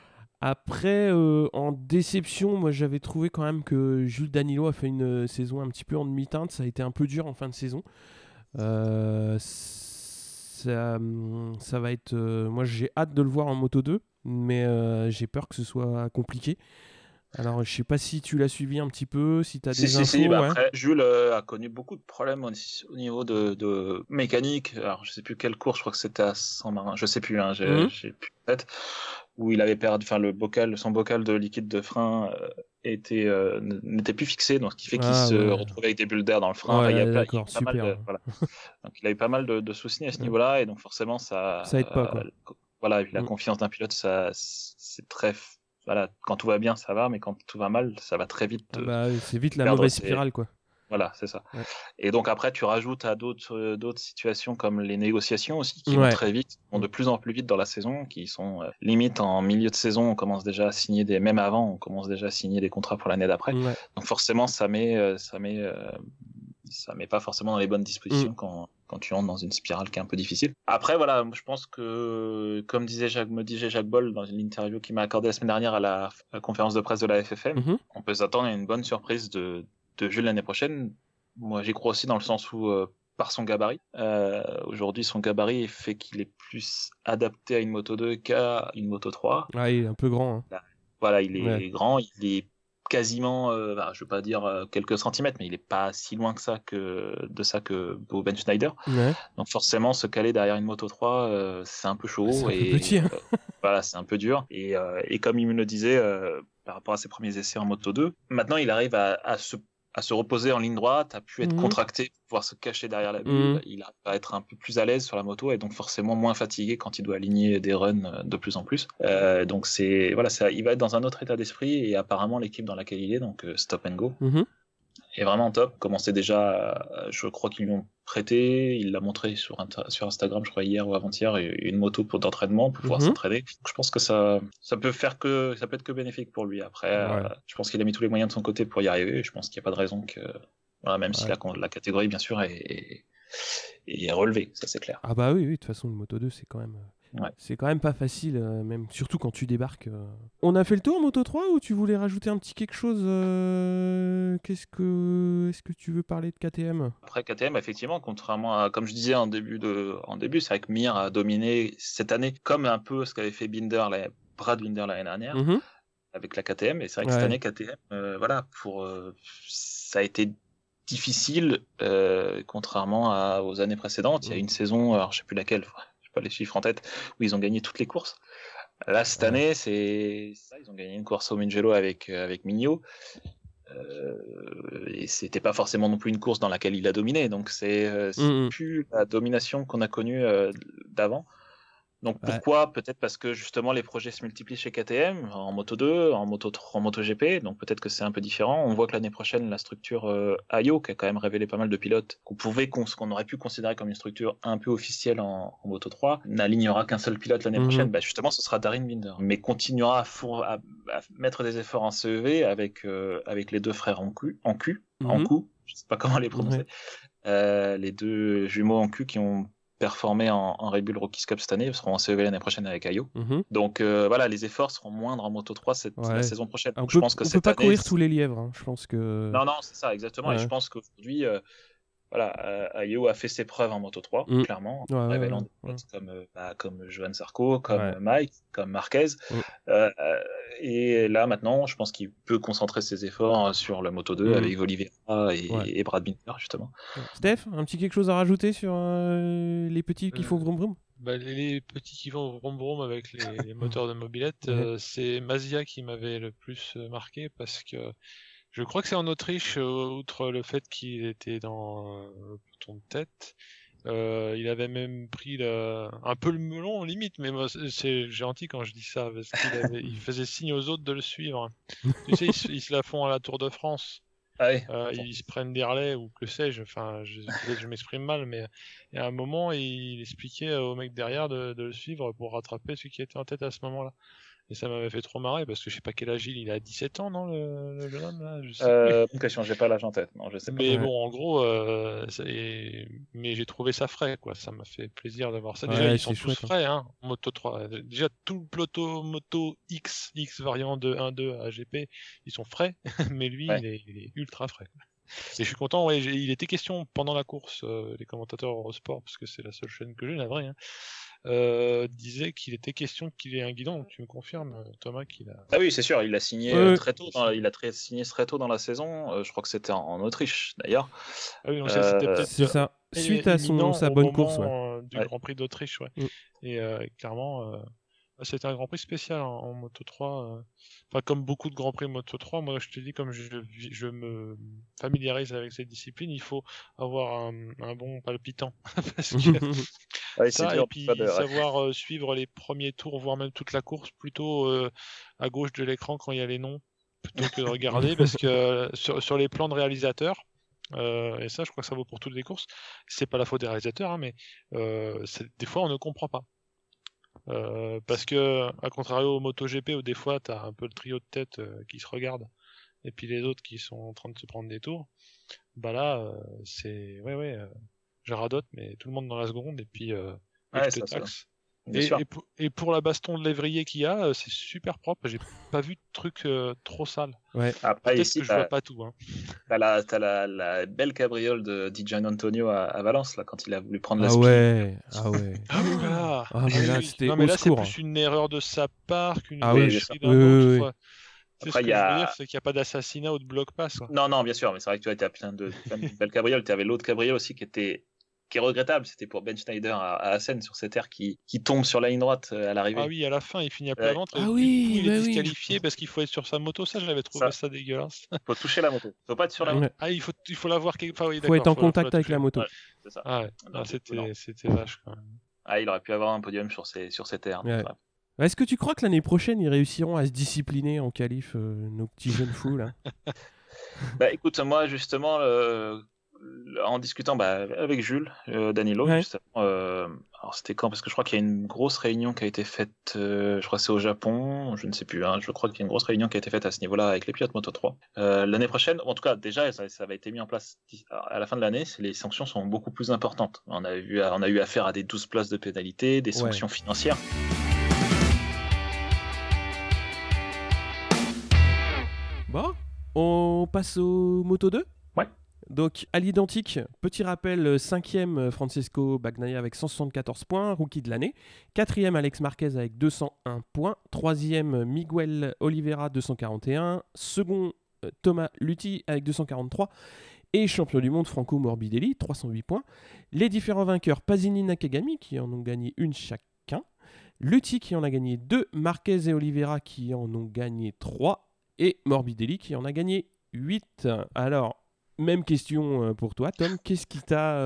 Après, euh, en déception, moi j'avais trouvé quand même que Jules Danilo a fait une euh, saison un petit peu en demi-teinte. Ça a été un peu dur en fin de saison. Euh, ça, hum, ça va être. euh, moi j'ai hâte de le voir en Moto deux, mais euh, j'ai peur que ce soit compliqué. Alors je sais pas si tu l'as suivi un petit peu, si tu as Si, des si, infos. si, bah Ouais. après, Jules euh, a connu beaucoup de problèmes au, au niveau de, de mécanique. Alors, je sais plus quelle course, je crois que c'était à Saint-Marin, je sais plus, hein, j'ai, Mhm. j'ai plus en tête, où il avait perdu, enfin, le bocal, son bocal de liquide de frein euh, était, euh, n- n'était plus fixé, donc ce qui fait qu'il Ah se ouais. retrouvait avec des bulles d'air dans le frein. Ouais, Enfin, il y a, pas- il y a d'accord, eu pas mal super. de, voilà. Donc, il a eu pas mal de, de soucis à ce Ouais. niveau-là, et donc forcément, ça, Ça aide pas, quoi. euh, voilà, et puis la Mm. confiance d'un pilote, ça, c'est très, voilà, quand tout va bien, ça va, mais quand tout va mal, ça va très vite Ah te bah, c'est vite la perdre mauvaise ses, spirale, quoi. Voilà, c'est ça. Ouais. Et donc après, tu rajoutes à d'autres euh, d'autres situations comme les négociations aussi, qui Ouais. vont très vite, qui vont de plus en plus vite dans la saison, qui sont euh, limite en milieu de saison, on commence déjà à signer des, même avant, on commence déjà à signer des contrats pour l'année d'après. Ouais. Donc forcément, ça met, euh, ça met, euh, ça met pas forcément dans les bonnes dispositions Mm. quand quand tu entres dans une spirale qui est un peu difficile. Après voilà, je pense que comme disait Jacques, me disait Jacques Boll dans une interview qu'il m'a accordée la semaine dernière à la, à la conférence de presse de la F F M, Mhm. on peut s'attendre à une bonne surprise de de Jules l'année prochaine. Moi, j'y crois aussi dans le sens où, euh, par son gabarit, euh, aujourd'hui, son gabarit fait qu'il est plus adapté à une moto deux qu'à une moto trois. Ah, il est un peu grand. Hein. Voilà, il est Ouais. grand, il est quasiment, euh, bah, je veux pas dire euh, quelques centimètres, mais il est pas si loin que ça que de ça que Ben Schneider. Ouais. Donc forcément, se caler derrière une moto trois, euh, c'est un peu chaud C'est un peu et petit. Hein. euh, voilà, c'est un peu dur. Et, euh, et comme il me le disait euh, par rapport à ses premiers essais en moto deux, maintenant il arrive à, à se à se reposer en ligne droite, à pu être Mhm. contracté pour pouvoir se cacher derrière la bulle. Mhm. Il arrive à être un peu plus à l'aise sur la moto et donc forcément moins fatigué quand il doit aligner des runs de plus en plus. Euh, donc c'est voilà, ça, il va être dans un autre état d'esprit et apparemment l'équipe dans laquelle il est, donc euh, Stop and Go, Mhm. est vraiment top. Commençait déjà, euh, je crois qu'ils lui ont prêté, il l'a montré sur, inter- sur Instagram, je crois hier ou avant-hier, une moto pour d'entraînement pour pouvoir Mhm. s'entraîner. Donc, je pense que ça, ça peut faire que, ça peut être que bénéfique pour lui. Après, Ouais. euh, je pense qu'il a mis tous les moyens de son côté pour y arriver. Je pense qu'il n'y a pas de raison que, voilà, même si Ouais. la, la catégorie bien sûr est, est, est relevée, ça c'est clair. Ah bah oui, oui, de toute façon, le Moto deux, c'est quand même... Ouais. C'est quand même pas facile, euh, même surtout quand tu débarques. euh. On a fait le tour Moto trois ou tu voulais rajouter un petit quelque chose euh, Qu'est-ce que est-ce que tu veux parler de K T M? Après K T M, effectivement, contrairement à, comme je disais en début de, en début, c'est vrai que Mir a dominé cette année, comme un peu ce qu'avait fait Binder, la, Brad Binder l'année dernière, Mhm. avec la K T M. Et c'est vrai que Ouais. cette année, K T M, euh, voilà, pour, euh, ça a été difficile, euh, contrairement à, aux années précédentes. Il y a Mhm. une saison, alors je sais plus laquelle, j'ai pas les chiffres en tête, où ils ont gagné toutes les courses. Là, cette Ouais. année, c'est ça, ils ont gagné une course au Mugello avec, euh, avec Mignot. Euh, et c'était pas forcément non plus une course dans laquelle il a dominé, donc c'est, euh, c'est Mhm. plus la domination qu'on a connue euh, d'avant. Donc Ouais. pourquoi? Peut-être parce que justement les projets se multiplient chez K T M, en Moto deux, en Moto trois, en MotoGP, donc peut-être que c'est un peu différent. On voit que l'année prochaine, la structure euh, Ayo, qui a quand même révélé pas mal de pilotes, qu'on pouvait, qu'on, qu'on aurait pu considérer comme une structure un peu officielle en, en Moto trois, n'alignera qu'un seul pilote l'année Mhm. prochaine. Bah justement, ce sera Darin Binder, mais continuera à, four, à, à mettre des efforts en C E V avec euh, avec les deux frères en Q, en Q, en Mhm. coup, je sais pas comment les prononcer, Ouais. euh, les deux jumeaux en Q qui ont performé en, en Red Bull Rookies Cup cette année, seront en C E V l'année prochaine avec Ayo. Mhm. Donc euh, voilà, les efforts seront moindres en Moto trois cette, Ouais. la saison prochaine. On Donc, peut, je pense que on peut cette pas année, courir c'est- tous les lièvres. Hein. Je pense que. non, non, c'est ça, exactement. Ouais. Et je pense qu'aujourd'hui, euh, voilà, euh, Ayo a fait ses preuves en Moto trois, Mm. clairement, Ouais, en ouais, révélant ouais, des ouais. pilotes comme, euh, bah, comme Johan Zarco, comme Ouais. euh, Mike, comme Marquez. Mm. Euh, euh, et là, maintenant, je pense qu'il peut concentrer ses efforts sur le Moto deux Mm. avec Oliveira et, Ouais. et Brad Binder, justement. Ouais. Steph, un petit quelque chose à rajouter sur euh, les petits qui Euh, font vroom vroom? Bah, les, les petits qui vont vroom vroom avec les, les moteurs de mobilette, Ouais. euh, c'est Mazia qui m'avait le plus euh, marqué parce que je crois que c'est en Autriche, euh, outre le fait qu'il était dans euh, le peloton de tête, euh, il avait même pris le- un peu le melon limite, mais moi, c'est- c'est gentil quand je dis ça parce qu'il avait, il faisait signe aux autres de le suivre. Tu sais, ils, se- ils se la font à la Tour de France. Ah oui. Euh, ils se prennent des relais ou que sais-je, enfin, je, peut-être je m'exprime mal, mais il y a un moment, il expliquait au mec derrière de, de le suivre pour rattraper celui qui était en tête à ce moment-là. Et ça m'avait fait trop marrer parce que je sais pas quel âge il, il a dix-sept ans, non, le, le jeune homme là, je sais plus. Euh, bonne question, j'ai pas l'âge en tête, non, je sais pas. Mais Ouais. bon, en gros, euh, c'est- mais j'ai trouvé ça frais, quoi. Ça m'a fait plaisir d'avoir ça. Déjà, Ouais, ils sont c'est tous chouette, hein. frais, hein, Moto trois. Déjà, tout le peloton Moto X, X variant de un deux à G P, ils sont frais, mais lui, Ouais. il, est, il est ultra frais, quoi. Et je suis content, ouais, j'ai- il était question pendant la course, euh, les commentateurs Eurosport, parce que c'est la seule chaîne que j'ai, la vraie, hein, euh, disaient qu'il était question qu'il ait un guidon. Donc tu me confirmes, euh, Thomas, qu'il a. Ah oui, c'est sûr, il l'a signé Ouais, euh, ouais. très tôt. Dans la- il a très, signé très tôt dans la saison. Euh, je crois que c'était en, en Autriche d'ailleurs. Ah oui, donc ça, c'était Euh, peut-être C'est ça. euh, Suite à son, imminent sa au bonne moment course, ouais. euh, du Ouais. Grand Prix d'Autriche, ouais. Mm. Et euh, clairement, euh, c'était un Grand Prix spécial en, en Moto trois. euh. Enfin, comme beaucoup de Grands Prix Moto trois, moi je te dis, comme je, je me familiarise avec cette discipline, il faut avoir un, un bon palpitant. Parce que ouais, c'est ça, dur. et des fois puis de- ouais. savoir euh, suivre les premiers tours, voire même toute la course, plutôt euh, à gauche de l'écran quand il y a les noms, plutôt que de regarder, parce que euh, sur, sur les plans de réalisateur, Euh, et ça, je crois que ça vaut pour toutes les courses. C'est pas la faute des réalisateurs, hein, mais euh, c'est- des fois, on ne comprend pas. Euh, parce que, à contrario au MotoGP, où des fois, t'as un peu le trio de tête euh, qui se regarde, et puis les autres qui sont en train de se prendre des tours, bah là, euh, c'est... Ouais, ouais, euh, je radote, mais tout le monde dans la seconde, et puis euh, et Ouais, je te ça, ça. taxe. Bien Et, sûr. et, pour, et pour la baston de lévrier qu'il y a, euh, c'est super propre. J'ai pas vu de truc euh, trop sale. Ouais. Après, Peut-être ici, que je vois t'as, pas tout. Hein. t'as la, t'as la, la belle cabriole de Di Gian Antonio à, à Valence, là, quand il a voulu prendre la Ah spin. ouais, ah ouais. Ah oui, voilà. Ah Ah mais oui, là, oui. c'était Non, mais au là, c'est secours. plus une erreur de sa part qu'une Ah Oui, oui, bien sûr. vacherie oui, d'un autre. oui, oui. Faut- Tu sais, ce Après, il que y je veux dire, a. c'est qu'il n'y a pas d'assassinat ou de bloc-pass. Quoi. Non, non, bien sûr, mais c'est vrai que tu vois, t'as plein de, plein de belles cabrioles. Tu avais l'autre cabriole aussi qui était, qui est regrettable. C'était pour Ben Schneider à, à Assen sur cette aire qui, qui tombe sur la ligne droite euh, à Ah l'arrivée. oui, à la fin, il finit à plat Ouais, ventre et Ah du coup, oui, il est mais oui. disqualifié parce qu'il faut être sur sa moto. Ça, j'avais trouvé ça, ça dégueulasse. faut toucher la moto. Faut pas être sur la Ouais. moto. Ouais. Ah, il faut, il faut la voir quelque part. Oui, Faut être d'accord, en faut, la- faut la contact avec toucher. la moto. Ouais, c'est ça. Ah ouais, Non, ah, du coup, non. c'était, c'était vache quand même. Ah, il aurait pu avoir un podium sur, ces, sur cette aire. donc, Ouais. ouais. Est-ce que tu crois que l'année prochaine, ils réussiront à se discipliner en qualif, euh, nos petits jeunes fous là? Bah écoute, moi justement, euh, en discutant bah, avec Jules, euh, Danilo, Ouais. justement, euh, alors c'était quand? Parce que je crois qu'il y a une grosse réunion qui a été faite, euh, je crois que c'est au Japon, je ne sais plus, hein, je crois qu'il y a une grosse réunion qui a été faite à ce niveau-là avec les pilotes Moto trois. Euh, l'année prochaine, en tout cas déjà, ça, ça avait été mis en place à la fin de l'année, les sanctions sont beaucoup plus importantes. On a, vu, on a eu affaire à des douze places de pénalité, des Ouais. sanctions financières. Bon, on passe au Moto deux. Ouais. Donc, à l'identique, petit rappel, cinquième Francesco Bagnaia avec cent soixante-quatorze points, rookie de l'année. Quatrième Alex Marquez avec deux cent un points. Troisième Miguel Oliveira, deux cent quarante et un. Second euh, Thomas Luthi avec deux cent quarante-trois. Et champion du monde Franco Morbidelli, trois cent huit points. Les différents vainqueurs, Pasini Nakagami qui en ont gagné une chacun. Luthi qui en a gagné deux. Marquez et Oliveira qui en ont gagné trois. Et Morbidelli qui en a gagné huit. Alors, même question pour toi, Tom. Qu'est-ce qui t'a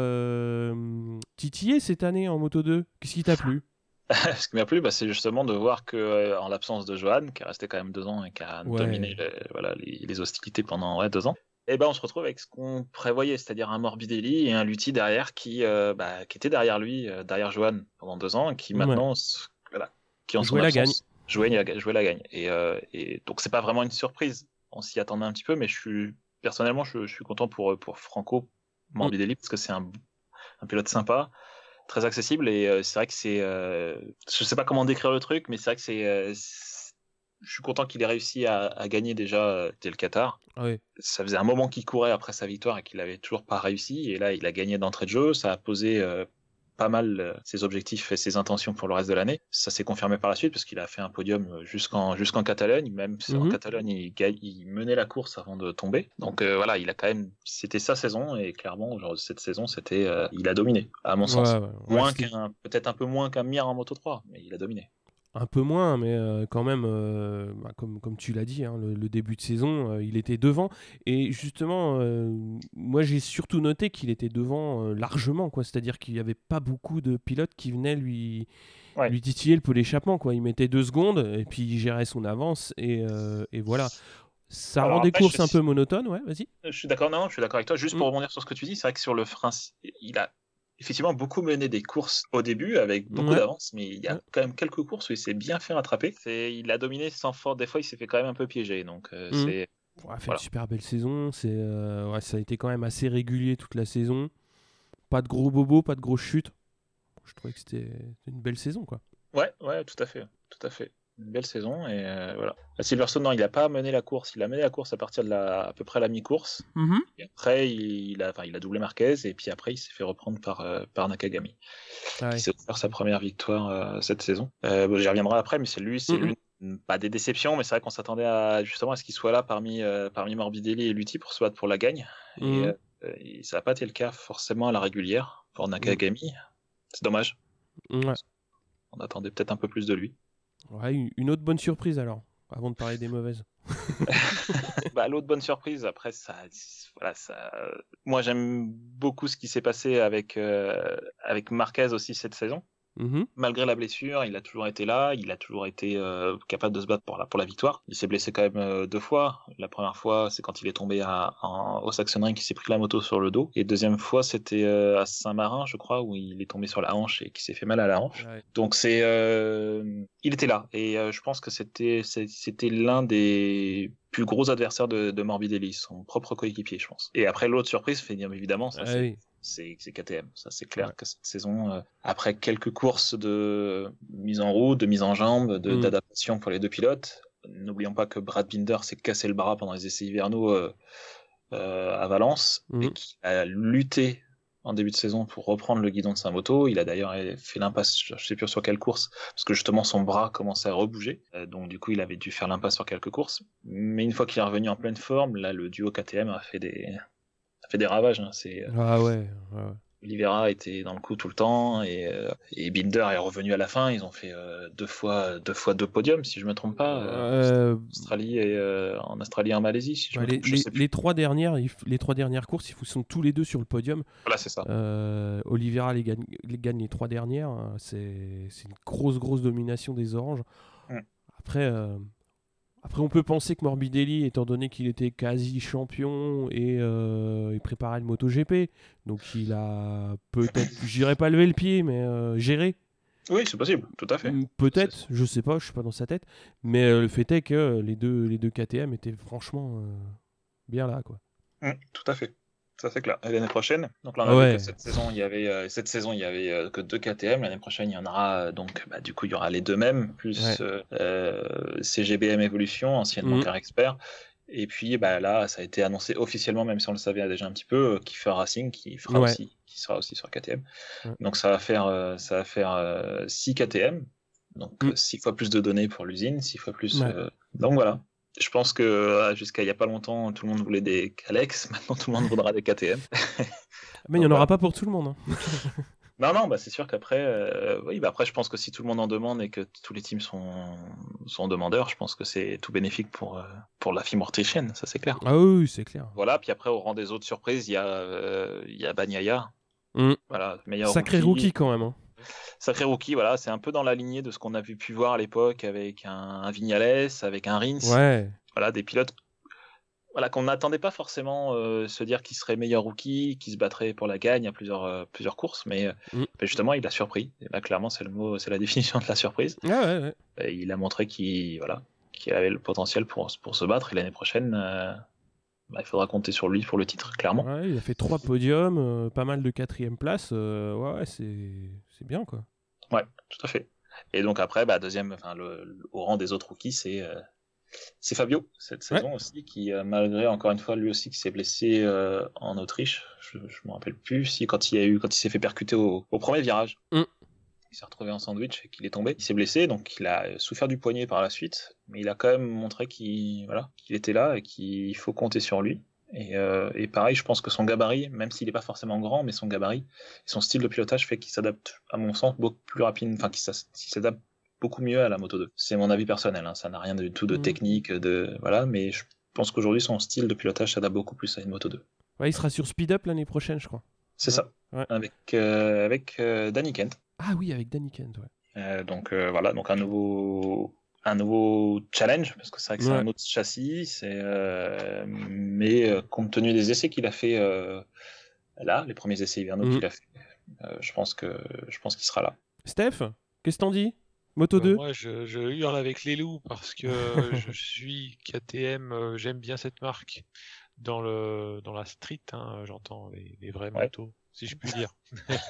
euh, titillé cette année en Moto deux? Qu'est-ce qui t'a plu? Ce qui m'a plu, bah, c'est justement de voir que, euh, en l'absence de Johan, qui est resté quand même deux ans et qui a Ouais. dominé le- voilà, les, les hostilités pendant ouais, deux ans, et ben on se retrouve avec ce qu'on prévoyait, c'est-à-dire un Morbidelli et un Luthi derrière qui, euh, bah, qui était derrière lui, euh, derrière Johan pendant deux ans, et qui Ouais. maintenant, s- voilà, qui en son Jouer la absence jouait la, jouait la gagne. Et, euh, et donc c'est pas vraiment une surprise. On s'y attendait un petit peu, mais je suis personnellement, je, je suis content pour pour Franco Morbidelli parce que c'est un, un pilote sympa, très accessible, et euh, c'est vrai que c'est euh, je sais pas comment décrire le truc, mais c'est vrai que c'est, euh, c'est... je suis content qu'il ait réussi à, à gagner déjà euh, dès le Qatar. Ouais. Ça faisait un moment qu'il courait après sa victoire et qu'il avait toujours pas réussi, et là il a gagné d'entrée de jeu. Ça a posé euh, pas mal euh, ses objectifs et ses intentions pour le reste de l'année. Ça s'est confirmé par la suite parce qu'il a fait un podium jusqu'en jusqu'en Catalogne, même si en Mhm. Catalogne il, gagne- il menait la course avant de tomber. Donc euh, voilà, il a quand même, c'était sa saison, et clairement genre, cette saison c'était, euh, il a dominé à mon Ouais, sens. ouais, ouais, Moins c'était qu'un, peut-être un peu moins qu'un Mir en Moto trois, mais il a dominé. un peu moins, mais euh, quand même, euh, bah, comme, comme tu l'as dit, hein, le, le début de saison, euh, il était devant. Et justement, euh, moi j'ai surtout noté qu'il était devant euh, largement, quoi. C'est-à-dire qu'il n'y avait pas beaucoup de pilotes qui venaient lui, Ouais. lui titiller le pot d'échappement, quoi. Il mettait deux secondes et puis il gérait son avance, et, euh, et voilà. Ça Alors rend des après, courses je- un peu monotones, ouais, vas-y. Je suis d'accord, non, je suis d'accord avec toi. Juste Mm. pour rebondir sur ce que tu dis, c'est vrai que sur le frein, il a effectivement beaucoup mené des courses au début avec beaucoup Ouais. d'avance, mais il y a Ouais. quand même quelques courses où il s'est bien fait rattraper. C'est, il a dominé sans fort. Des fois, il s'est fait quand même un peu piéger. Donc, euh, Mm. c'est. Ouais, fait Voilà. une super belle saison. C'est, euh, ouais, ça a été quand même assez régulier toute la saison. Pas de gros bobos, pas de grosses chutes. Je trouvais que c'était une belle saison, quoi. Ouais, ouais, tout à fait. Tout à fait. Une belle saison, et euh, voilà. À Silverstone, non, il n'a pas mené la course. Il a mené la course à partir de la, à peu près la mi-course. Mm-hmm. Et après, il, il a, enfin, il a doublé Marquez, et puis après, il s'est fait reprendre par, euh, par Nakagami. Ah ouais. Qui s'est offert sa première victoire euh, cette saison. Euh, bon, j'y reviendrai après, mais c'est lui, c'est Mm-hmm. l'une, pas des déceptions, mais c'est vrai qu'on s'attendait à justement à ce qu'il soit là parmi, euh, parmi Morbidelli et Luthi pour se battre pour la gagne. Et, Mm-hmm. euh, et ça n'a pas été le cas forcément à la régulière pour Nakagami. C'est dommage. Ouais. On attendait peut-être un peu plus de lui. Ouais, une- une autre bonne surprise alors, avant de parler des mauvaises. Bah, l'autre bonne surprise, après, ça, voilà, ça. Moi, j'aime beaucoup ce qui s'est passé avec, euh, avec Marquez aussi cette saison. Mhm. Malgré la blessure, il a toujours été là, il a toujours été euh, capable de se battre pour la, pour la victoire. Il s'est blessé quand même euh, deux fois. La première fois, c'est quand il est tombé à, en- au Sachsenring, qu'il s'est pris la moto sur le dos. Et deuxième fois, c'était euh, à Saint-Marin, je crois, où il est tombé sur la hanche et qu'il s'est fait mal à la hanche. Ouais. Donc c'est, euh, il était là. Et euh, je pense que c'était, c'est- c'était l'un des plus gros adversaires de, de Morbidelli, son propre coéquipier, je pense. Et après, l'autre surprise, fait bien évidemment, ça Ah c'est oui. c'est c'est K T M. Ça, c'est clair Ouais. que cette saison, euh, après quelques courses de mise en route, de mise en jambe, de, Mm. d'adaptation pour les deux pilotes, n'oublions pas que Brad Binder s'est cassé le bras pendant les essais hivernaux euh, euh, à Valence Mm. et qui a lutté en début de saison pour reprendre le guidon de sa moto. Il a d'ailleurs fait l'impasse, je sais plus sur quelle course, parce que justement son bras commençait à rebouger. Euh, donc du coup, il avait dû faire l'impasse sur quelques courses. Mais une fois qu'il est revenu en pleine forme, là, le duo K T M a fait des, a fait des ravages. Hein. C'est, euh, Ah ouais. ouais, ouais. Oliveira était dans le coup tout le temps et, euh, et Binder est revenu à la fin. Ils ont fait euh, deux fois deux fois deux podiums, si je me trompe pas, euh, Euh, en Australie et euh, en Australie et en Malaisie, si je ouais, me les, trompe. Je les- sais plus. les trois dernières, ils f- les trois dernières courses, ils sont tous les deux sur le podium. Voilà, c'est ça. Euh, Oliveira les gagne, les gagne les trois dernières. hein. C'est c'est une grosse, grosse domination des Oranges. Mm. Après, euh, après, on peut penser que Morbidelli, étant donné qu'il était quasi champion et euh, il préparait le MotoGP, donc il a peut-être, je dirais pas levé le pied, mais euh, géré. Oui, c'est possible, tout à fait. Mm, Peut-être, je sais pas, je suis pas dans sa tête. Mais euh, le fait est que les deux, les deux K T M étaient franchement euh, bien là, quoi. Mm, tout à fait. Ça c'est clair. Et l'année prochaine, donc là on Ah a vu que ouais. cette saison il y avait euh, cette saison il y avait euh, que deux K T M. L'année prochaine il y en aura euh, donc bah, du coup il y aura les deux mêmes plus Ouais. euh, euh, C G B M Evolution, anciennement Mhm. Car Expert. Et puis bah là ça a été annoncé officiellement, même si on le savait déjà un petit peu, euh, Kiefer Racing qui fera Ouais. aussi qui sera aussi sur K T M. Ouais. Donc ça va faire euh, ça va faire euh, six K T M. Donc Mm. euh, six fois plus de données pour l'usine, six fois plus. Ouais. euh, Donc voilà. Je pense que euh, jusqu'à il y a pas longtemps, tout le monde voulait des Alex. Maintenant, tout le monde voudra des K T M. Mais il n'y en Donc, aura voilà. pas pour tout le monde. hein. Non, non, bah c'est sûr qu'après, euh, oui, bah après, je pense que si tout le monde en demande et que tous les teams sont, sont demandeurs, je pense que c'est tout bénéfique pour, euh, pour la FIM autrichienne, ça c'est clair. Ah oui, oui, c'est clair. Voilà, puis après, au rang des autres surprises, il y a, euh, il y a Bagnaia. Mm. Voilà, meilleur Sacré rookie quand même. hein. Sacré rookie, voilà, c'est un peu dans la lignée de ce qu'on a pu, pu voir à l'époque avec un, un Vignales, avec un Rins. Ouais. Voilà, des pilotes voilà, qu'on n'attendait pas forcément euh, se dire qu'il serait meilleur rookie, qu'il se battrait pour la gagne à plusieurs, euh, plusieurs courses, mais euh, Mm. bah, justement, il a surpris. Et là, clairement, c'est le mot, c'est la définition de la surprise. Ah ouais, ouais. Et il a montré qu'il voilà, qu'il avait le potentiel pour, pour se battre. Et l'année prochaine, euh, bah, il faudra compter sur lui pour le titre, clairement. Ouais, il a fait trois podiums, euh, pas mal de quatrième place. euh, ouais, ouais, c'est c'est bien quoi. Ouais, tout à fait. Et donc après, bah, deuxième, enfin, le, le- au rang des autres rookies, c'est euh, c'est Fabio cette Ouais. saison aussi, qui euh, malgré encore une fois lui aussi qui s'est blessé euh, en Autriche. Je, je me rappelle plus si quand il a eu quand il s'est fait percuter au, au premier virage. Mm. Il s'est retrouvé en sandwich et qu'il est tombé. Il s'est blessé, donc il a souffert du poignet par la suite, mais il a quand même montré qu'il voilà, qu'il était là et qu'il faut compter sur lui. Et, euh, et pareil, je pense que son gabarit, même s'il n'est pas forcément grand, mais son gabarit et son style de pilotage fait qu'il s'adapte, à mon sens, beaucoup plus rapide, enfin qu'il s'adapte beaucoup mieux à la Moto deux. C'est mon avis personnel, hein, ça n'a rien du tout de Mhm. technique, de voilà, mais je pense qu'aujourd'hui son style de pilotage s'adapte beaucoup plus à une Moto deux. Ouais, il sera sur Speed Up l'année prochaine, je crois. C'est Ouais. ça, Ouais. avec euh, avec euh, Danny Kent. Ah oui, avec Danny Kent, ouais. Euh, donc euh, voilà, donc un nouveau un nouveau challenge parce que c'est vrai que c'est Ouais. un autre châssis, c'est euh, mais euh, compte tenu des essais qu'il a fait euh, là, les premiers essais hivernaux Mhm. qu'il a fait, euh, je pense que je pense qu'il sera là. Steph, qu'est-ce que t'en dis Moto Bah, deux moi, je, je hurle avec les loups parce que je suis K T M, euh, j'aime bien cette marque dans le dans la street, hein, j'entends les, les vraies Ouais. motos, si je puis dire.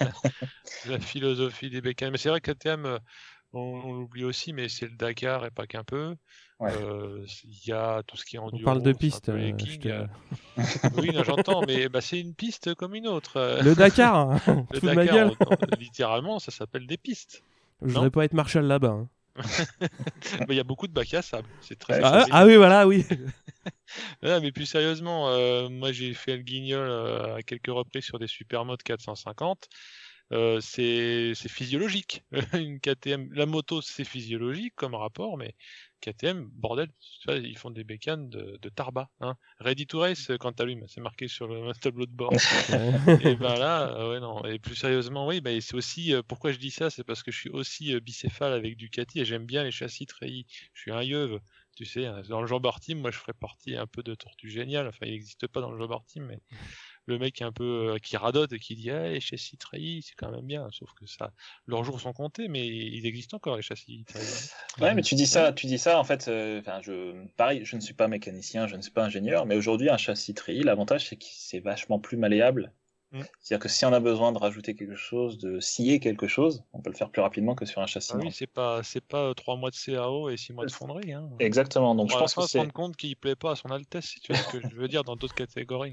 La philosophie des bécanes. Mais c'est vrai que K T M, euh, on, on l'oublie aussi, mais c'est le Dakar et pas qu'un peu. Ouais. Euh, Il y a tout ce qui est enduro. On parle de c'est un piste. peu les euh, je kings. te- euh. Oui, non, j'entends, mais bah, c'est une piste comme une autre. euh. Le Dakar, hein. Tu te Le fous de ma Dakar, gueule. on- on- littéralement, ça s'appelle des pistes. Je voudrais pas être Marshall là-bas. hein. Mais il y a beaucoup de bacs à sable, c'est très Ouais, Ah, facile. ah oui, voilà, oui. Ah, mais plus sérieusement, euh, moi j'ai fait le guignol euh, à quelques reprises sur des supermodes quatre cent cinquante. Euh, c'est c'est physiologique. Une K T M, la moto c'est physiologique comme rapport, mais K T M, bordel, tu vois, ils font des bécanes de, de Tarba. Hein. Ready to race quand t'allumes, c'est marqué sur le tableau de bord. Et ben là, euh, ouais, non. Et plus sérieusement, oui, bah, c'est aussi, euh, pourquoi je dis ça, c'est parce que je suis aussi euh, bicéphale avec Ducati et j'aime bien les châssis treillis. Je suis un yeuve, tu sais, hein, dans le Jobber Team, moi je ferais partie un peu de Tortue Géniale, enfin il n'existe pas dans le Jobber Team, mais le mec un peu euh, qui radote et qui dit hey, les châssis treillis c'est quand même bien, sauf que ça leurs jours sont comptés, mais ils existent encore les châssis treillis. Ouais, mais tu dis ça, tu dis ça en fait. euh, Enfin, je, pareil, je ne suis pas mécanicien, je ne suis pas ingénieur, mais aujourd'hui un châssis treillis, l'avantage c'est que c'est vachement plus malléable. Mm. C'est-à-dire que si on a besoin de rajouter quelque chose, de scier quelque chose, on peut le faire plus rapidement que sur un châssis. Ah oui, normal. c'est pas c'est pas trois mois de C A O et six mois de fonderie. Hein. Exactement. Donc Pour je à la pense que fin se c'est. rendre compte qu'il plaît pas à son Altesse, si tu vois ce que je veux dire, dans d'autres catégories.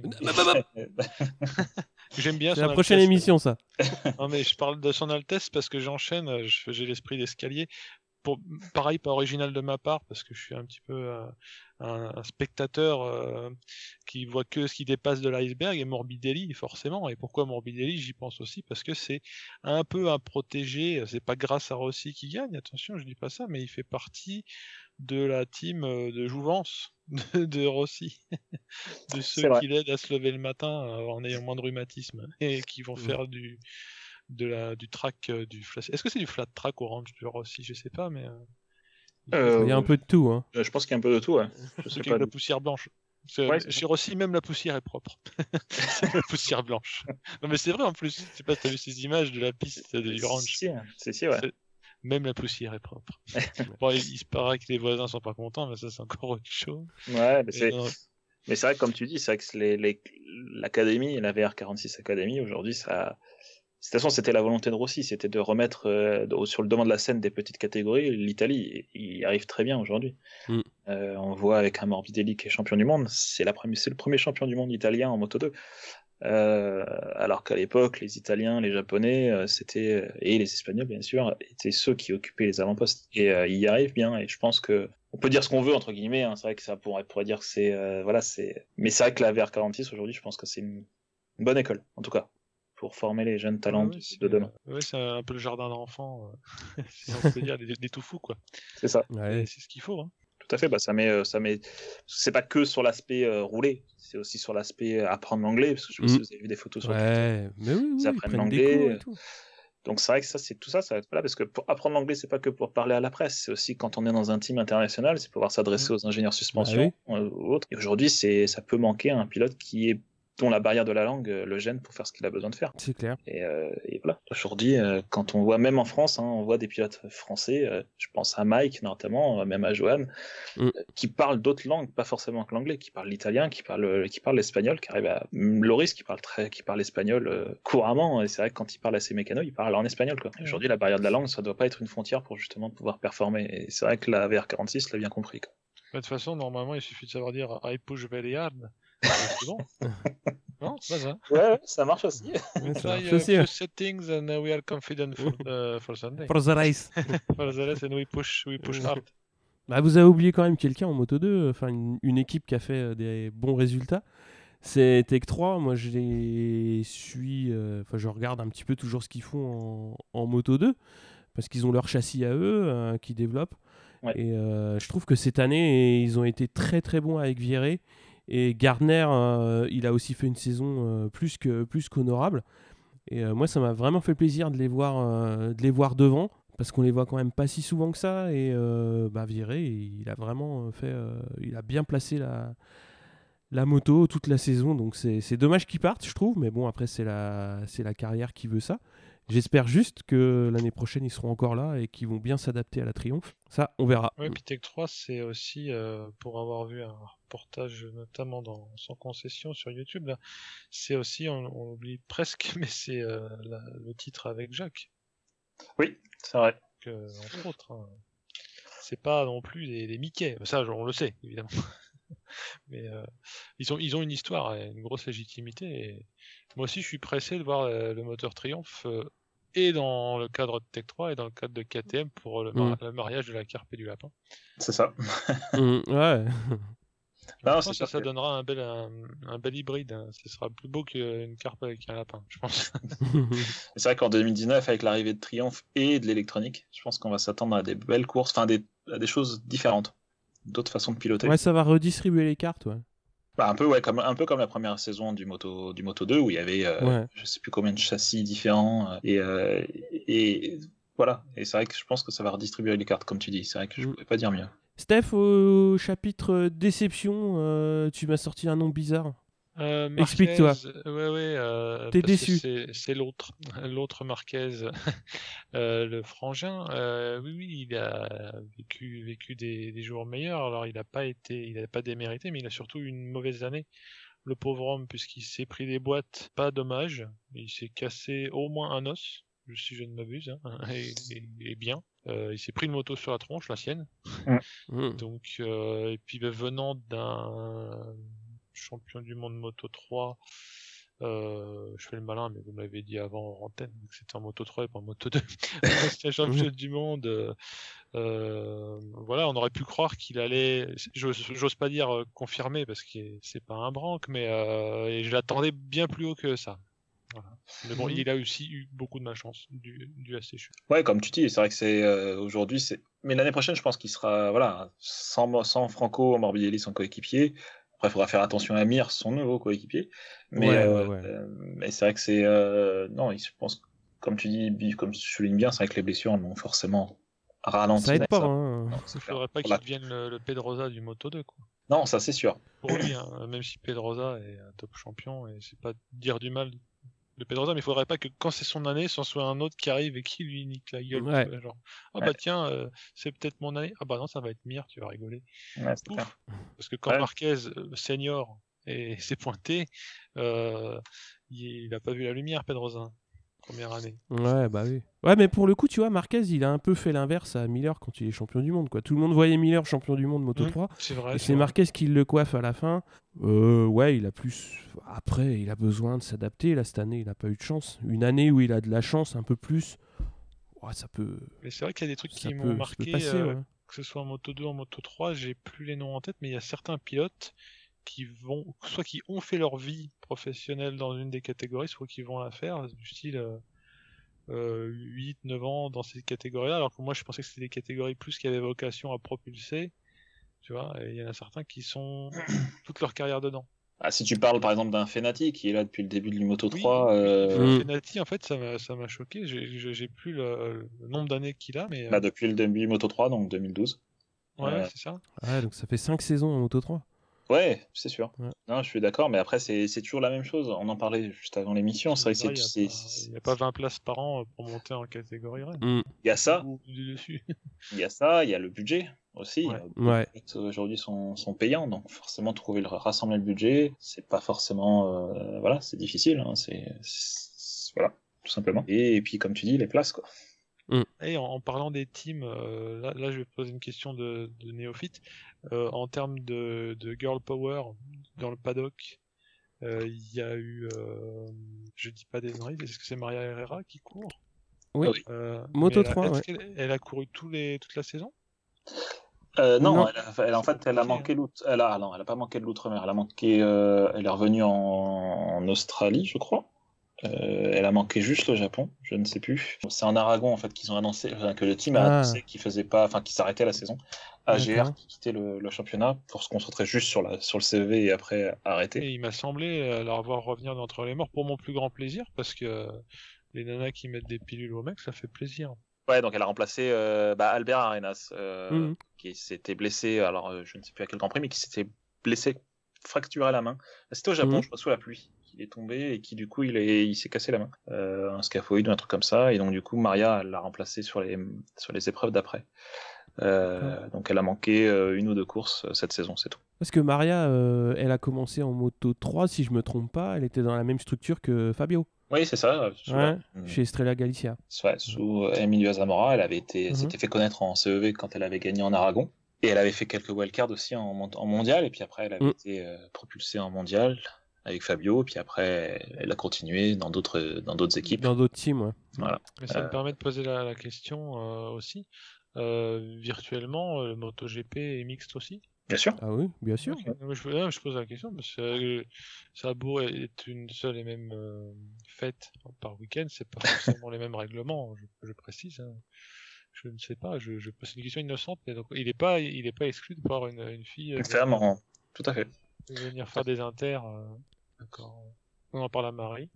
J'aime bien C'est son la prochaine Altesse. émission, ça. Non mais je parle de son Altesse parce que j'enchaîne, je- j'ai l'esprit d'escalier. Pour, pareil, pas original de ma part, parce que je suis un petit peu euh, un, un spectateur euh, qui voit que ce qui dépasse de l'iceberg, et Morbidelli, forcément. Et pourquoi Morbidelli? J'y pense aussi, parce que c'est un peu un protégé, c'est pas grâce à Rossi qui gagne, attention, je dis pas ça, mais il fait partie de la team euh, de jouvence de, de Rossi, de ceux C'est vrai. qui l'aident à se lever le matin euh, en ayant moins de rhumatisme, et qui vont faire du de la du track euh, du flat. Est-ce que c'est du flat track orange du Rossi? Je sais pas, mais euh, il fait Euh, Il y a un peu de tout. Hein. Je pense qu'il y a un peu de tout. Ouais. Je sais truc pas. avec la du- poussière blanche. C'est- Ouais, c'est chez Rossi, même la poussière est propre. C'est la poussière blanche. Non, mais c'est vrai en plus. Je sais pas si t'as vu ces images de la piste de Si, orange. si, si, si, ouais. C'est- Même la poussière est propre. Bon, il, il se paraît que les voisins sont pas contents, mais ça c'est encore autre chose. Ouais, mais Et c'est. non, Mais c'est vrai que comme tu dis, c'est vrai que les, les, l'académie, la V R quarante-six Academy, aujourd'hui, ça, de toute façon, c'était la volonté de Rossi, c'était de remettre euh, de- sur le devant de la scène des petites catégories l'Italie. Et il y arrive très bien aujourd'hui. Mm. Euh, on voit avec un Morbidelli qui est champion du monde, c'est la première, c'est le premier champion du monde italien en Moto deux. Euh, alors qu'à l'époque, les Italiens, les Japonais, euh, c'était et les Espagnols bien sûr, étaient ceux qui occupaient les avant-postes. Et euh, il y arrive bien. Et je pense que on peut dire ce qu'on veut entre guillemets. Hein, c'est vrai que ça pourrait, pourrait dire que c'est euh, voilà, c'est. Mais c'est vrai que la V R quarante-six aujourd'hui, je pense que c'est une, une bonne école, en tout cas, pour former les jeunes talents ouais, de, ouais, c'est, de demain. ouais, c'est un peu le jardin d'enfants, euh, si on peut dire, des, des tout fous quoi. C'est ça. Ouais. Et c'est ce qu'il faut. Hein. Tout à fait, bah ça met, euh, ça met. C'est pas que sur l'aspect euh, rouler, c'est aussi sur l'aspect euh, apprendre l'anglais, parce que je sais pas si Mm. vous avez vu des photos sur Twitter. Ouais, mais oui, oui, Ils ils apprennent prennent des cours l'anglais. et tout. Donc c'est vrai que ça, c'est tout ça, ça va être là, parce que pour apprendre l'anglais, c'est pas que pour parler à la presse, c'est aussi quand on est dans un team international, c'est pouvoir s'adresser aux ingénieurs suspension Bah euh, ou autres. Et aujourd'hui, c'est, ça peut manquer à un pilote qui est dont la barrière de la langue euh, le gêne pour faire ce qu'il a besoin de faire. C'est clair. Et, euh, et voilà. Aujourd'hui, euh, quand on voit, même en France, hein, on voit des pilotes français, euh, je pense à Mike notamment, euh, même à Johan, Mm. euh, qui parlent d'autres langues, pas forcément que l'anglais, qui parlent l'italien, qui parlent, qui parlent l'espagnol, qui arrive à Loris qui parle très, qui parle espagnol euh, couramment. Et c'est vrai que quand il parle à ses mécanos, il parle en espagnol. Quoi. Ouais. Aujourd'hui, la barrière de la langue, ça doit pas être une frontière pour justement pouvoir performer. Et c'est vrai que la V R quarante-six l'a bien compris. Quoi. De toute façon, normalement, il suffit de savoir dire I push very hard. Et c'est bon. Non, c'est pas ça. Ouais, ouais, ça marche aussi. Ouais, ça Try marche a aussi. few ouais. settings and uh, we are confident for, uh, for Sunday. For the race. For the rest, and we push, we push hard. Bah, vous avez oublié quand même quelqu'un en Moto deux, enfin une, une équipe qui a fait euh, des bons résultats. C'est Tech trois. Moi, je les suis, euh, enfin, je regarde un petit peu toujours ce qu'ils font en, en Moto deux parce qu'ils ont leur châssis à eux euh, qui développent. Ouais. Et euh, je trouve que cette année, ils ont été très très bons avec Viré. Et Gardner, euh, il a aussi fait une saison euh, plus que plus qu'honorable. Et euh, moi, ça m'a vraiment fait plaisir de les voir, euh, de les voir devant, parce qu'on les voit quand même pas si souvent que ça. Et euh, bah, Viré, il a vraiment fait, euh, il a bien placé la, la moto toute la saison. Donc c'est, c'est dommage qu'ils partent, je trouve. Mais bon, après, c'est la, c'est la carrière qui veut ça. J'espère juste que l'année prochaine, ils seront encore là et qu'ils vont bien s'adapter à la Triomphe. Ça, on verra. Ouais, puis Tech trois, c'est aussi, euh, pour avoir vu un reportage notamment dans Sans Concession sur YouTube, là, c'est aussi, on, on oublie presque, mais c'est euh, la- le titre avec Jacques, Oui, c'est vrai. que, entre autres. Hein. C'est pas non plus des, des Mickey, ça on le sait, évidemment. Mais euh, ils, ont, ils ont une histoire, et une grosse légitimité. Et moi aussi, je suis pressé de voir euh, le moteur Triumph, euh, et dans le cadre de Tech trois et dans le cadre de K T M pour le, mar- Mm. le mariage de la carpe et du lapin. C'est ça. Mmh, ouais. Je Non, pense c'est que sûr ça que- donnera un bel, un, un bel hybride. Hein. Ce sera plus beau qu'une carpe avec un lapin, je pense. C'est vrai qu'en deux mille dix-neuf, avec l'arrivée de Triumph et de l'électronique, je pense qu'on va s'attendre à des belles courses, enfin des à des choses différentes, d'autres façons de piloter. Ouais, ça va redistribuer les cartes, ouais. Bah, un peu, ouais, comme un peu comme la première saison du Moto du Moto deux où il y avait, euh, Ouais. je sais plus combien de châssis différents euh, et euh, et voilà. Et c'est vrai que je pense que ça va redistribuer les cartes, comme tu dis. C'est vrai que je Mm. pouvais pas dire mieux. Steph, au chapitre déception, euh, tu m'as sorti un nom bizarre. Euh, Explique-toi. Marquez, ouais, ouais, euh, T'es parce que déçu. c'est, c'est l'autre, l'autre Marquez, euh, le frangin. Euh, oui, oui, il a vécu, vécu des, des jours meilleurs. Alors, il n'a pas été, il n'a pas démérité, mais il a surtout eu une mauvaise année. Le pauvre homme, puisqu'il s'est pris des boîtes, pas dommage. Il s'est cassé au moins un os, si je ne m'abuse, hein, et, et- et bien. Euh, il s'est pris une moto sur la tronche, la sienne. Mm. Donc, euh, et puis ben, venant d'un champion du monde Moto trois, euh, je fais le malin, mais vous me l'avez dit avant en antenne, que c'était en Moto trois et pas en Moto deux. Ancien champion du monde, euh, euh, voilà, on aurait pu croire qu'il allait, j'ose, j'ose pas dire euh, confirmer parce que c'est pas un branque, mais euh, et je l'attendais bien plus haut que ça. Voilà. Mais bon, Mhm. il a aussi eu beaucoup de malchance dû, dû à ses chutes. Ouais, comme tu dis, c'est vrai que c'est euh, aujourd'hui, c'est. Mais l'année prochaine, je pense qu'il sera voilà sans sans Franco Morbidelli, son coéquipier. Après, il faudra faire attention à Mir, son nouveau coéquipier. Mais Ouais, euh, ouais, ouais. euh, mais c'est vrai que c'est euh, non, je pense comme tu dis, comme tu soulignes bien, c'est vrai que les blessures l'ont forcément ralenti. Ça aide pas, Ça. hein. Non, Il c'est clair. faudrait pas Pour qu'il la- devienne le, le Pedrosa du Moto deux, quoi. Non, ça c'est sûr. Pour lui, hein, même si Pedrosa est un top champion, et c'est pas dire du mal de Pedrosa, mais il faudrait pas que quand c'est son année, ce soit un autre qui arrive et qui lui nique la gueule. Ouais. Tu vois, genre, ah Ouais. bah tiens, euh, c'est peut-être mon année. Ah bah non, ça va être Mir, tu vas rigoler. Ouais, c'est clair. Pouf. Parce que quand Ouais. Marquez, euh, senior, et s'est pointé, euh, il, il a pas vu la lumière, Pedrosa. Première année. Ouais, bah oui. Ouais, mais pour le coup, tu vois, Marquez, il a un peu fait l'inverse à Miller quand il est champion du monde, quoi. Tout le monde voyait Miller champion du monde Moto Mmh, trois, c'est vrai, et c'est c'est vrai. Marquez qui le coiffe à la fin. Euh, ouais, il a plus... Après, il a besoin de s'adapter. Là, cette année, il n'a pas eu de chance. Une année où il a de la chance, un peu plus, ouais, ça peut... Mais c'est vrai qu'il y a des trucs Ça qui m'ont peut, ça peut marqué, passer, euh, ouais. que ce soit en Moto deux, en Moto trois, j'ai plus les noms en tête, mais il y a certains pilotes qui vont, soit qui ont fait leur vie professionnelle dans une des catégories, soit qui vont la faire, du style euh, euh, huit neuf ans dans ces catégories-là, alors que moi je pensais que c'était des catégories plus qui avaient vocation à propulser, tu vois, et il y en a certains qui sont toute leur carrière dedans. Ah, si tu parles par exemple d'un Fenati qui est là depuis le début du Moto Oui, trois, oui, euh, Mm. Fenati, en fait, ça m'a, ça m'a choqué, j'ai, j'ai j'ai plus le, le nombre d'années qu'il a, mais euh, bah, depuis le début du Moto trois, donc deux mille douze. ouais, ouais, Euh, c'est ça. Ouais, donc ça fait cinq saisons en Moto trois. ouais, c'est sûr. Ouais. Non, je suis d'accord, mais après, c'est c'est toujours la même chose. On en parlait juste avant l'émission. C'est vrai que Là, c'est- il n'y a, c'est- pas- c'est- il y a pas vingt places par an euh, pour monter en catégorie reine. Mm. il y a ça, Ou du dessus. il y a ça, il y a le budget aussi. Ouais. Beaucoup de Ouais. sites aujourd'hui sont, sont payants, donc forcément trouver le rassembler le budget, c'est pas forcément euh, voilà, c'est difficile. Hein, c'est c'est- voilà, tout simplement. Et, et puis comme tu dis, les places quoi. Et en, en parlant des teams, euh, là, là, je vais te poser une question de, de néophyte. Euh, en termes de, de girl power dans le paddock, euh, il y a eu, euh, je dis pas des conneries, est-ce que c'est Maria Herrera qui court? Oui. Ah oui. Euh, mais Moto elle a, trois, est-ce ouais. qu'elle elle a couru tous les, toute la saison? Euh, non, Non. elle a, elle a- en C'est fait, elle a compliqué, hein. manqué l'outre. Elle a, non, elle a pas manqué de l'outre-mer. Elle a manqué. Euh, elle est revenue en, en Australie, je crois. Euh, elle a manqué juste le Japon, je ne sais plus. C'est en Aragon en fait qu'ils ont annoncé, enfin, que le team a Ah, annoncé qu'il faisait pas, enfin qu'il s'arrêtait la saison. A G R d'accord. qui quittait le, le championnat pour se concentrer juste sur la sur le C V et après arrêter. Et il m'a semblé euh, la revoir revenir d'entre les morts pour mon plus grand plaisir, parce que euh, les nanas qui mettent des pilules au mec, ça fait plaisir. Ouais, donc elle a remplacé euh, bah, Albert Arenas euh, Mhm. qui s'était blessé, alors euh, je ne sais plus à quel Grand Prix, mais qui s'était blessé, fracturé la main. C'était au Japon, Mhm. je crois, sous la pluie. Il est tombé et qui du coup il, est, il s'est cassé la main, euh, un scaphoïde ou un truc comme ça, et donc du coup Maria elle l'a remplacé sur les sur les épreuves d'après. Euh, donc elle a manqué euh, une ou deux courses euh, cette saison, c'est tout. Parce que Maria, euh, elle a commencé en Moto trois, si je me trompe pas. Elle était dans la même structure que Fabio. Oui, c'est ça. Sous, la- Ouais, chez Estrella Galicia. ouais, sous Emilio Zamora, elle avait été, Mhm. s'était fait connaître en C E V quand elle avait gagné en Aragon. Et elle avait fait quelques wildcards aussi en, mon- en mondial. Et puis après, elle avait Mm. été euh, propulsée en mondial avec Fabio. Et puis après, elle a continué dans d'autres dans d'autres équipes. Dans d'autres teams, ouais. Voilà. Mais ça Euh, me permet de poser la, la question euh, aussi. Euh, virtuellement, euh, le MotoGP est mixte aussi? Bien sûr. Ah oui, bien sûr. Ok. Non, mais Je, ah, je pose la question parce que euh, ça a beau être une seule et même euh, fête par week-end, c'est pas forcément les mêmes règlements, je, je précise. Hein. Je je ne sais pas, je, je... c'est une question innocente, mais donc, il n'est pas, il est pas exclu de voir une, une fille Une euh, femme, venir, en... tout à fait. venir faire des inters. euh, D'accord. On en parle à Marie.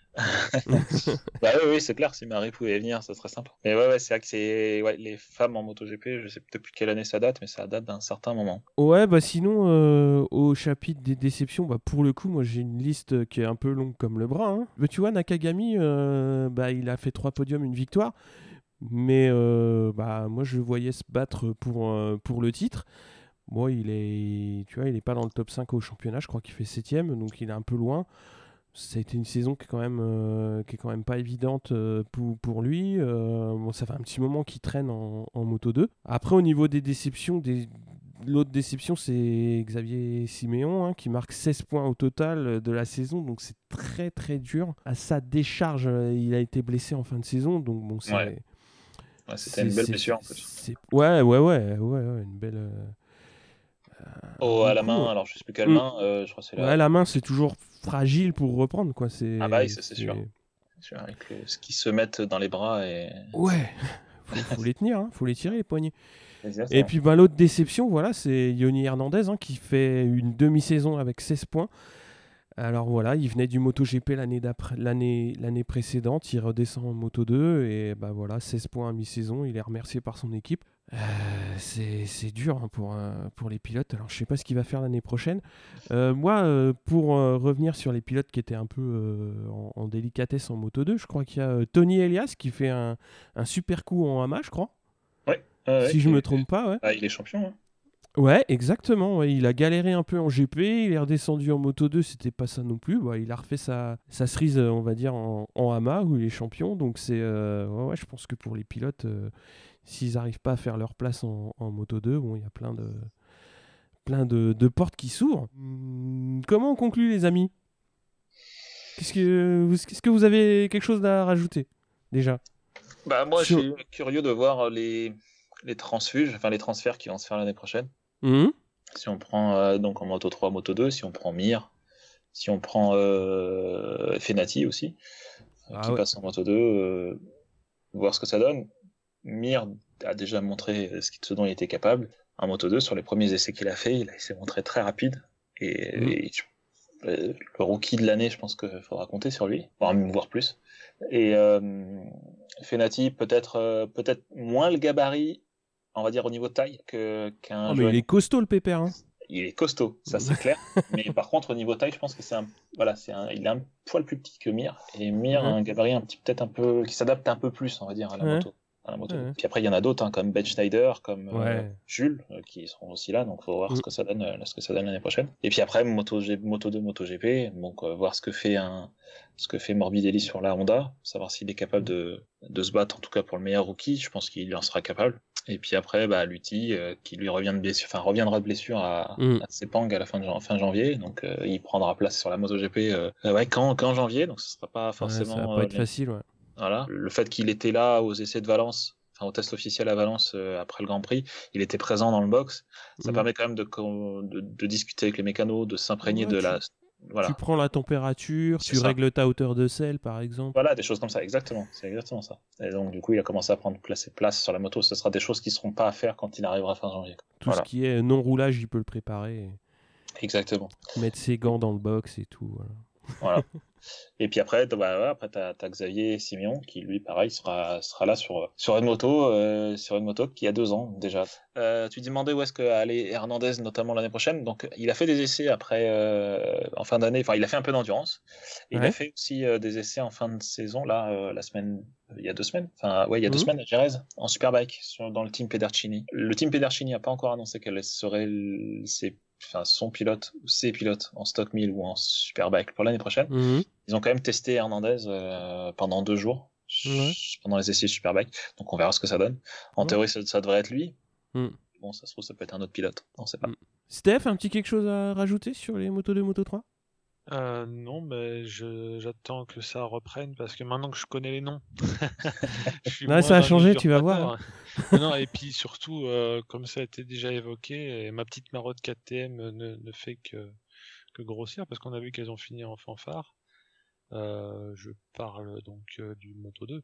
Bah oui, oui, c'est clair, si Marie pouvait venir, ça serait sympa. Mais ouais, ouais, c'est vrai que c'est ouais, les femmes en MotoGP, je sais peut-être plus quelle année ça date, mais ça date d'un certain moment. Ouais, bah sinon, euh, au chapitre des déceptions, bah pour le coup, moi j'ai une liste qui est un peu longue comme le bras. Hein. Mais tu vois, Nakagami, euh, bah, il a fait trois podiums, une victoire. Mais euh, bah, moi je le voyais se battre pour, euh, pour le titre. Moi, il est, tu vois, il est pas dans le top cinq au championnat, je crois qu'il fait septième, donc il est un peu loin. Ça a été une saison qui est quand même, euh, qui est quand même pas évidente euh, pour, pour lui. Euh, bon, ça fait un petit moment qu'il traîne en, en Moto deux. Après, au niveau des déceptions, des... l'autre déception, c'est Xavier Siméon hein, qui marque seize points au total de la saison. Donc c'est très très dur. À sa décharge, euh, il a été blessé en fin de saison. Donc bon, c'est. Ouais. Ouais, c'était c'est, une belle c'est, blessure en plus. c'est... Ouais, ouais, ouais, ouais, ouais, une belle. Euh... Oh, bon à la coup. main, alors je sais plus quelle Mm. main, euh, je crois que c'est Ouais, la. la main, c'est toujours fragile pour reprendre, quoi. C'est, Ah bah oui, ça c'est c'est... sûr. C'est sûr, avec le... ce qui se mettent dans les bras et. Ouais, faut, faut les tenir, hein. Faut les tirer, les poignets. Et Exactement. puis bah, l'autre déception, voilà, c'est Yoni Hernandez hein, qui fait une demi-saison avec seize points. Alors voilà, il venait du MotoGP l'année, d'après, l'année, l'année précédente, il redescend en Moto deux et bah voilà, seize points à mi-saison, il est remercié par son équipe. Euh, c'est, c'est dur hein, pour, euh, pour les pilotes, alors je sais pas ce qu'il va faire l'année prochaine. Euh, moi, euh, pour euh, revenir sur les pilotes qui étaient un peu euh, en, en délicatesse en Moto deux, je crois qu'il y a euh, Tony Elias qui fait un, un super coup en Hama, je crois. Ouais, ouais, ouais, Si je qui me est- trompe pas, ouais. Ah, il est champion. Hein. Ouais, exactement. Ouais. Il a galéré un peu en G P, il est redescendu en Moto deux, c'était pas ça non plus. Bah, il a refait sa, sa cerise, euh, on va dire, en, en Hama, où il est champion. Donc, c'est, euh, ouais, ouais, je pense que pour les pilotes, euh, s'ils n'arrivent pas à faire leur place en, en Moto deux, bon, il y a plein de, plein de, de portes qui s'ouvrent. Hum, comment on conclut, les amis? Qu'est-ce que, vous- Est-ce que vous avez quelque chose à rajouter, déjà? Bah moi, je Sur... suis curieux de voir les les transfuges, enfin les transferts qui vont se faire l'année prochaine. Hum, Si on prend euh, donc en Moto trois, Moto deux, si on prend Mir, si on prend euh, Fenati aussi, euh, Ah qui ouais. passe en Moto deux, euh, voir ce que ça donne. Mir a déjà montré ce, qui- ce dont il était capable. En Moto deux, sur les premiers essais qu'il a fait, il, a- il s'est montré très rapide. Hum. Et, et je- euh, le rookie de l'année, je pense qu'il faudra compter sur lui, voire même voir plus. Et euh, Fenati, peut-être euh, peut-être moins le gabarit, on va dire au niveau de taille, que, qu'un Oh, mais il Johan. est costaud, le pépère. Hein. Il est costaud, ça c'est clair. Mais par contre, au niveau taille, je pense que c'est un, voilà, c'est un, il est un poil plus petit que Mir. Et Mir a Ouais, un gabarit un petit, peut-être un peu, qui s'adapte un peu plus, on va dire, à la ouais, moto. À la moto deux. ouais. Puis après, il y en a d'autres, hein, comme Ben Schneider, comme euh, Ouais. Jules, euh, qui seront aussi là. Donc, faut voir Hum. ce que ça donne, euh, ce que ça donne l'année prochaine. Et puis après, Moto, G- Moto deux, Moto G P. Donc, euh, voir ce que fait un, ce que fait Morbidelli sur la Honda, savoir s'il est capable de, de se battre, en tout cas pour le meilleur rookie. Je pense qu'il en sera capable. Et puis après, bah, Lutti, euh, qui lui revient de blessure, enfin, reviendra de blessure à, Hum. à Sepang à la fin, de, jan- fin janvier. Donc, euh, il prendra place sur la MotoGP, euh, euh, ouais, qu'en, qu'en janvier. Donc, ce sera pas Ouais, ça va forcément, pas euh, être facile, ouais. voilà. Le fait qu'il était là aux essais de Valence, enfin, au test officiel à Valence, euh, après le Grand Prix, il était présent dans le box. Ça Hum. permet quand même de, con- de, de discuter avec les mécanos, de s'imprégner Ouais, de tu, la, tu voilà. prends la température, C'est tu ça. règles ta hauteur de selle, par exemple. Voilà, des choses comme ça, exactement. C'est exactement ça. Et donc, du coup, il a commencé à prendre place, place sur la moto. Ce sera des choses qui seront pas à faire quand il arrivera fin janvier. Tout ce Voilà, qui est non-roulage, il peut le préparer. exactement. Mettre ses gants dans le box et tout. Voilà. Voilà. Et puis après, bah, ouais, après t'as, t'as Xavier Simeon qui lui, pareil, sera sera là sur sur une moto, euh, sur une moto qui a deux ans déjà. Euh, tu demandais où est-ce que allait Hernandez notamment l'année prochaine. Donc il a fait des essais après euh, en fin d'année. Enfin, il a fait un peu d'endurance. Et il a Ouais. fait aussi euh, des essais en fin de saison là, euh, la semaine, il y a deux semaines. Enfin, ouais, il y a deux Mhm. semaines à Jerez en Superbike sur, dans le team Pedercini. Le team Pedercini n'a pas encore annoncé quel serait le- ses enfin son pilote ou ses pilotes en stock mille ou en Superbike pour l'année prochaine. Mhm. Ils ont quand même testé Hernandez euh, pendant deux jours Ouais. pendant les essais Superbike, donc on verra ce que ça donne. En Ouais. théorie, ça, ça devrait être lui. Mhm. Bon, ça se trouve, ça peut être un autre pilote, on sait pas. Mhm. Steph, un petit quelque chose à rajouter sur les motos deux, moto trois? Euh, non, mais je, j'attends que ça reprenne parce que maintenant que je connais les noms, je suis Ouais, moins ça a un changé, tu vas voir. usurpateur. Non, non, et puis surtout, euh, comme ça a été déjà évoqué, et ma petite marotte K T M ne, ne fait que, que grossir parce qu'on a vu qu'elles ont fini en fanfare. Euh, je parle donc euh, du Moto deux.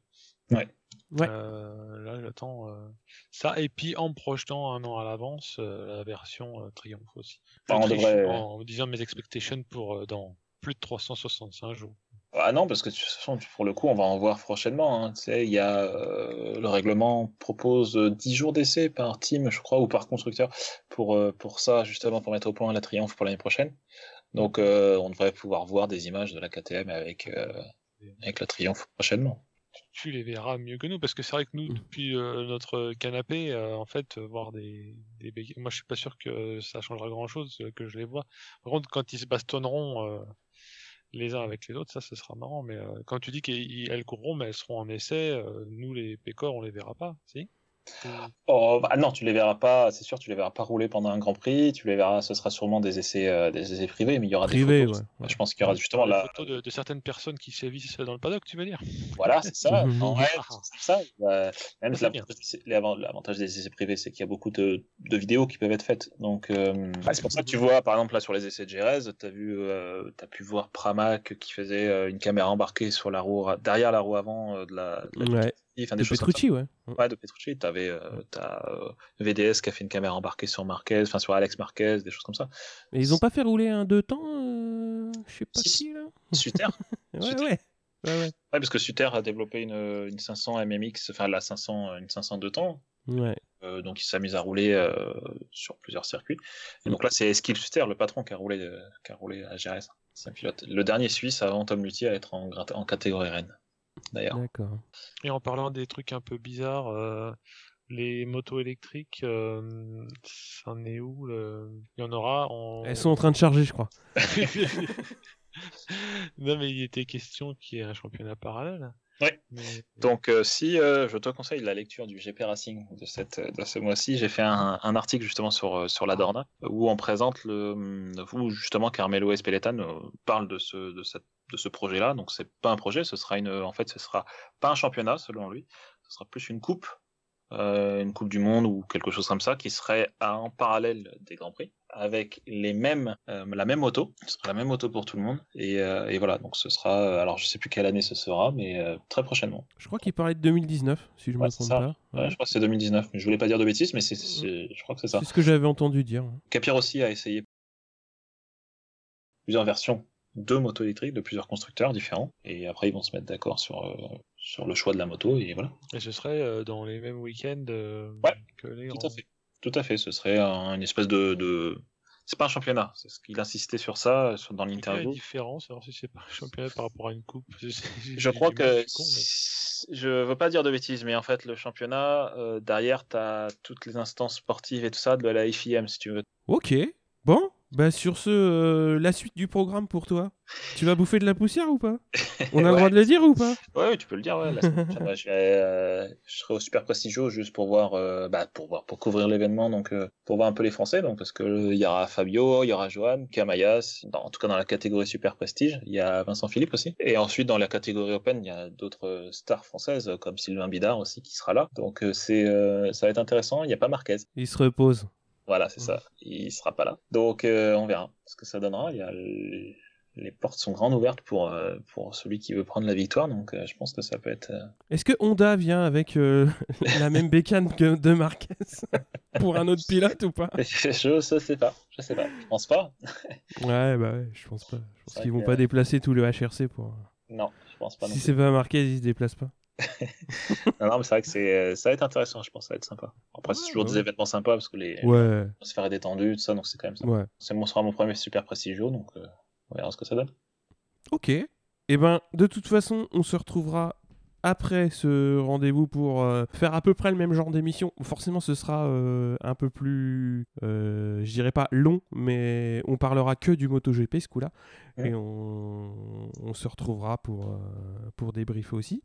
Ouais. Ouais. Euh, là, j'attends euh, ça. Et puis, en me projetant un an à l'avance, euh, la version euh, Triumph aussi. Je Enfin, on triche devrait... en me disant mes expectations pour euh, dans plus de trois cent soixante-cinq jours. Ah non, parce que de toute façon, pour le coup, on va en voir prochainement. Hein. Tu sais, il y a euh, le règlement propose euh, dix jours d'essai par team, je crois, ou par constructeur pour euh, pour ça, justement, pour mettre au point la Triumph pour l'année prochaine. Donc, euh, on devrait pouvoir voir des images de la K T M avec euh, avec la Triumph prochainement. Tu les verras mieux que nous, parce que c'est vrai que nous, Mm. depuis euh, notre canapé, euh, en fait, euh, voir des, des béquilles- moi je suis pas sûr que ça changera grand chose, que je les vois. Par contre, quand ils se bastonneront euh, les uns avec les autres, ça, ce sera marrant. Mais euh, quand tu dis qu'elles courront, mais elles seront en essai, euh, nous les pécores, on les verra pas, si? Ou- Oh, bah, non, tu les verras pas, c'est sûr, tu les verras pas rouler pendant un Grand Prix, tu les verras, ce sera sûrement des essais, euh, des essais privés, mais il y aura Privé, des photos. ouais, ouais. Je pense qu'il y aura Il y justement aura des la, photos de, de certaines personnes qui sévissent dans le paddock, tu veux dire? voilà, c'est ça. En vrai, Ah, ah. c'est ça. Euh, même Ça, c'est bien. l'avantage des- l'avant- l'avantage des essais privés, c'est qu'il y a beaucoup de, de vidéos qui peuvent être faites. Donc, euh, bah, c'est pour ça que tu vois, par exemple, là sur les essais de Jerez, t'as vu, euh, t'as pu voir Pramac qui faisait euh, une caméra embarquée sur la roue, ra- derrière la roue avant euh, de la, de la Ouais. Ducati, enfin, des De choses comme ça. Petrucci, ouais. Ouais, de Petrucci. T'avais, euh, t'as euh, V D S qui a fait une caméra embarquée sur Marquez, enfin sur Alex Marquez, des choses comme ça. Mais ils ont pas fait rouler un deux temps, euh, je sais pas Si, qui, là. Suter. Ouais, Suter. ouais. Ouais, ouais. Ouais, parce que Suter a développé une, une cinq cents M M X, enfin la cinq cents, une cinq cents deux temps. Ouais. Euh, donc il s'amuse à rouler euh, sur plusieurs circuits. Et donc là, c'est Eskil Suter, le patron, qui a roulé, euh, qui a roulé à Jerez. C'est un pilote. Le dernier Suisse avant Tom Luthi à être en, gra- en catégorie Rennes, d'ailleurs. D'accord. Et en parlant des trucs un peu bizarres, euh, les motos électriques, euh, ça en est où le- Il y en aura en... Elles sont en train de charger, je crois. Non, mais il était question qu'il y ait un championnat parallèle. Ouais. Mais... Donc euh, si euh, je te conseille la lecture du G P Racing de, cette, de ce mois-ci, j'ai fait un, un article justement sur, euh, sur la Dorna, où on présente le, où justement Carmelo Espeleta euh, parle de ce, de cette, de ce projet-là. Donc c'est pas un projet, ce sera une, en fait, ce sera pas un championnat selon lui, ce sera plus une coupe. Euh, une Coupe du Monde ou quelque chose comme ça, qui serait en parallèle des Grands Prix, avec les mêmes, euh, la même moto, ce sera la même moto pour tout le monde, et, euh, et voilà, donc ce sera, alors je sais plus quelle année ce sera, mais euh, très prochainement. Je crois qu'il parlait de deux mille dix-neuf, si je Ouais, me c'est trompe ça. pas. Ouais, Ouais. je crois que c'est deux mille dix-neuf, mais je voulais pas dire de bêtises, mais c'est, c'est, je crois que c'est ça. C'est ce que j'avais entendu dire. Capir aussi a essayé plusieurs versions de motos électriques de plusieurs constructeurs différents, et après ils vont se mettre d'accord sur, euh, sur le choix de la moto, et voilà. Et ce serait euh, dans les mêmes week-ends euh, Ouais, que les Tout grands. à fait. Tout à fait, ce serait un- une espèce de, de... C'est pas un championnat, c'est ce qu'il insistait sur ça sur- dans C'est quelle est la l'interview. différence, alors si c'est pas un championnat par rapport à une coupe? J'ai- j'ai- Je j'ai crois du mal, que, je suis con, mais- je veux pas dire de bêtises, mais en fait le championnat, euh, derrière t'as toutes les instances sportives et tout ça de la F I M si tu veux. Ok. Bon, bah sur ce, euh, la suite du programme pour toi. Tu vas bouffer de la poussière ou pas? On a le Ouais. droit de le dire ou pas? Ouais, tu peux le dire, ouais. La semaine prochaine, ouais, je, vais, euh, je serai au Super Prestigio juste pour voir, euh, bah, pour voir, pour couvrir l'événement, donc euh, pour voir un peu les Français, donc parce que euh, il y aura Fabio, il y aura Johan, Camayas, dans- en tout cas dans la catégorie Super Prestige, il y a Vincent Philippe aussi, et ensuite dans la catégorie Open, il y a d'autres euh, stars françaises euh, comme Sylvain Bidard aussi qui sera là, donc euh, c'est, euh, ça va être intéressant. Il n'y a pas Marquez, Il se repose. voilà, c'est ça, il sera pas là, donc euh, on verra ce que ça donnera. Il y a le- les portes sont grandes ouvertes pour, euh, pour celui qui veut prendre la victoire, donc euh, je pense que ça peut être. euh, Est-ce que Honda vient avec euh, la même bécane que de Marquez pour un autre pilote ou pas? je, je sais pas, je sais pas, je pense pas. Ouais, bah ouais, je pense pas. Je pense C'est vrai qu'ils vont que- pas déplacer tout le H R C pour. Non, je pense pas non Si plus. c'est pas Marquez, ils se déplacent pas. Non, non, mais c'est vrai que c'est, euh, ça va être intéressant, je pense, ça va être sympa. Après, c'est Ouais, toujours bah des ouais. événements sympas parce que les Ouais, l'atmosphère est détendue, tout ça, donc c'est quand même ça. ouais. C'est mon, sera mon premier super prestigio, donc euh, on verra ce que ça donne. Ok. Et ben, de toute façon, on se retrouvera après ce rendez-vous pour euh, faire à peu près le même genre d'émission. Forcément, ce sera euh, un peu plus, euh, je dirais pas long, mais on parlera que du MotoGP ce coup-là. Mmh. Et on, on se retrouvera pour, euh, pour débriefer aussi.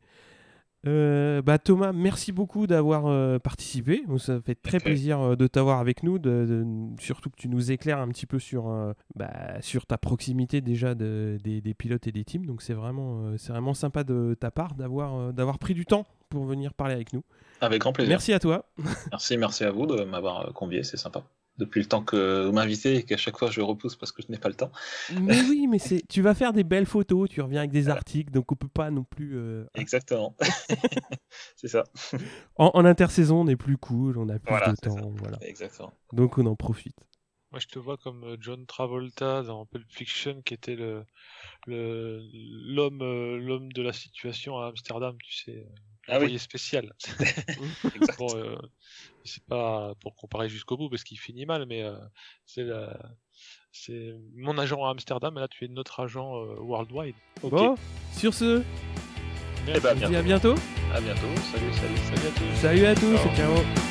Euh, bah Thomas, merci beaucoup d'avoir euh, participé. Nous, ça fait très Ok. plaisir euh, de t'avoir avec nous, de, de- surtout que tu nous éclaires un petit peu sur, euh, bah, sur ta proximité déjà de, des, des pilotes et des teams. Donc c'est vraiment, euh, c'est vraiment sympa de ta part d'avoir, euh, d'avoir pris du temps pour venir parler avec nous. Avec grand plaisir. Merci à toi. Merci, merci à vous de m'avoir euh, convié, c'est sympa. depuis le temps que vous m'invitez et qu'à chaque fois je repousse parce que je n'ai pas le temps. Mais oui, mais c'est, tu vas faire des belles photos, tu reviens avec des Voilà. articles, donc on peut pas non plus. euh, Exactement. C'est ça. En, en intersaison, on est plus cool, on a plus Voilà, de c'est ça. temps, voilà. Exactement. Donc on en profite. Moi, je te vois comme euh, John Travolta dans Pulp Fiction, qui était le le- l'homme euh, l'homme de la situation à Amsterdam, tu sais, euh, Ah l'envoyé oui, spécial. exact. Bon, euh, c'est pas pour comparer jusqu'au bout parce qu'il finit mal, mais euh, c'est la- c'est mon agent à Amsterdam, et là tu es notre agent euh, worldwide. Ok. Bon, sur ce, Eh ben, à on se dit bientôt. à bientôt. À bientôt. Salut, salut. Salut à tous. Salut à tous, Ciao. ciao.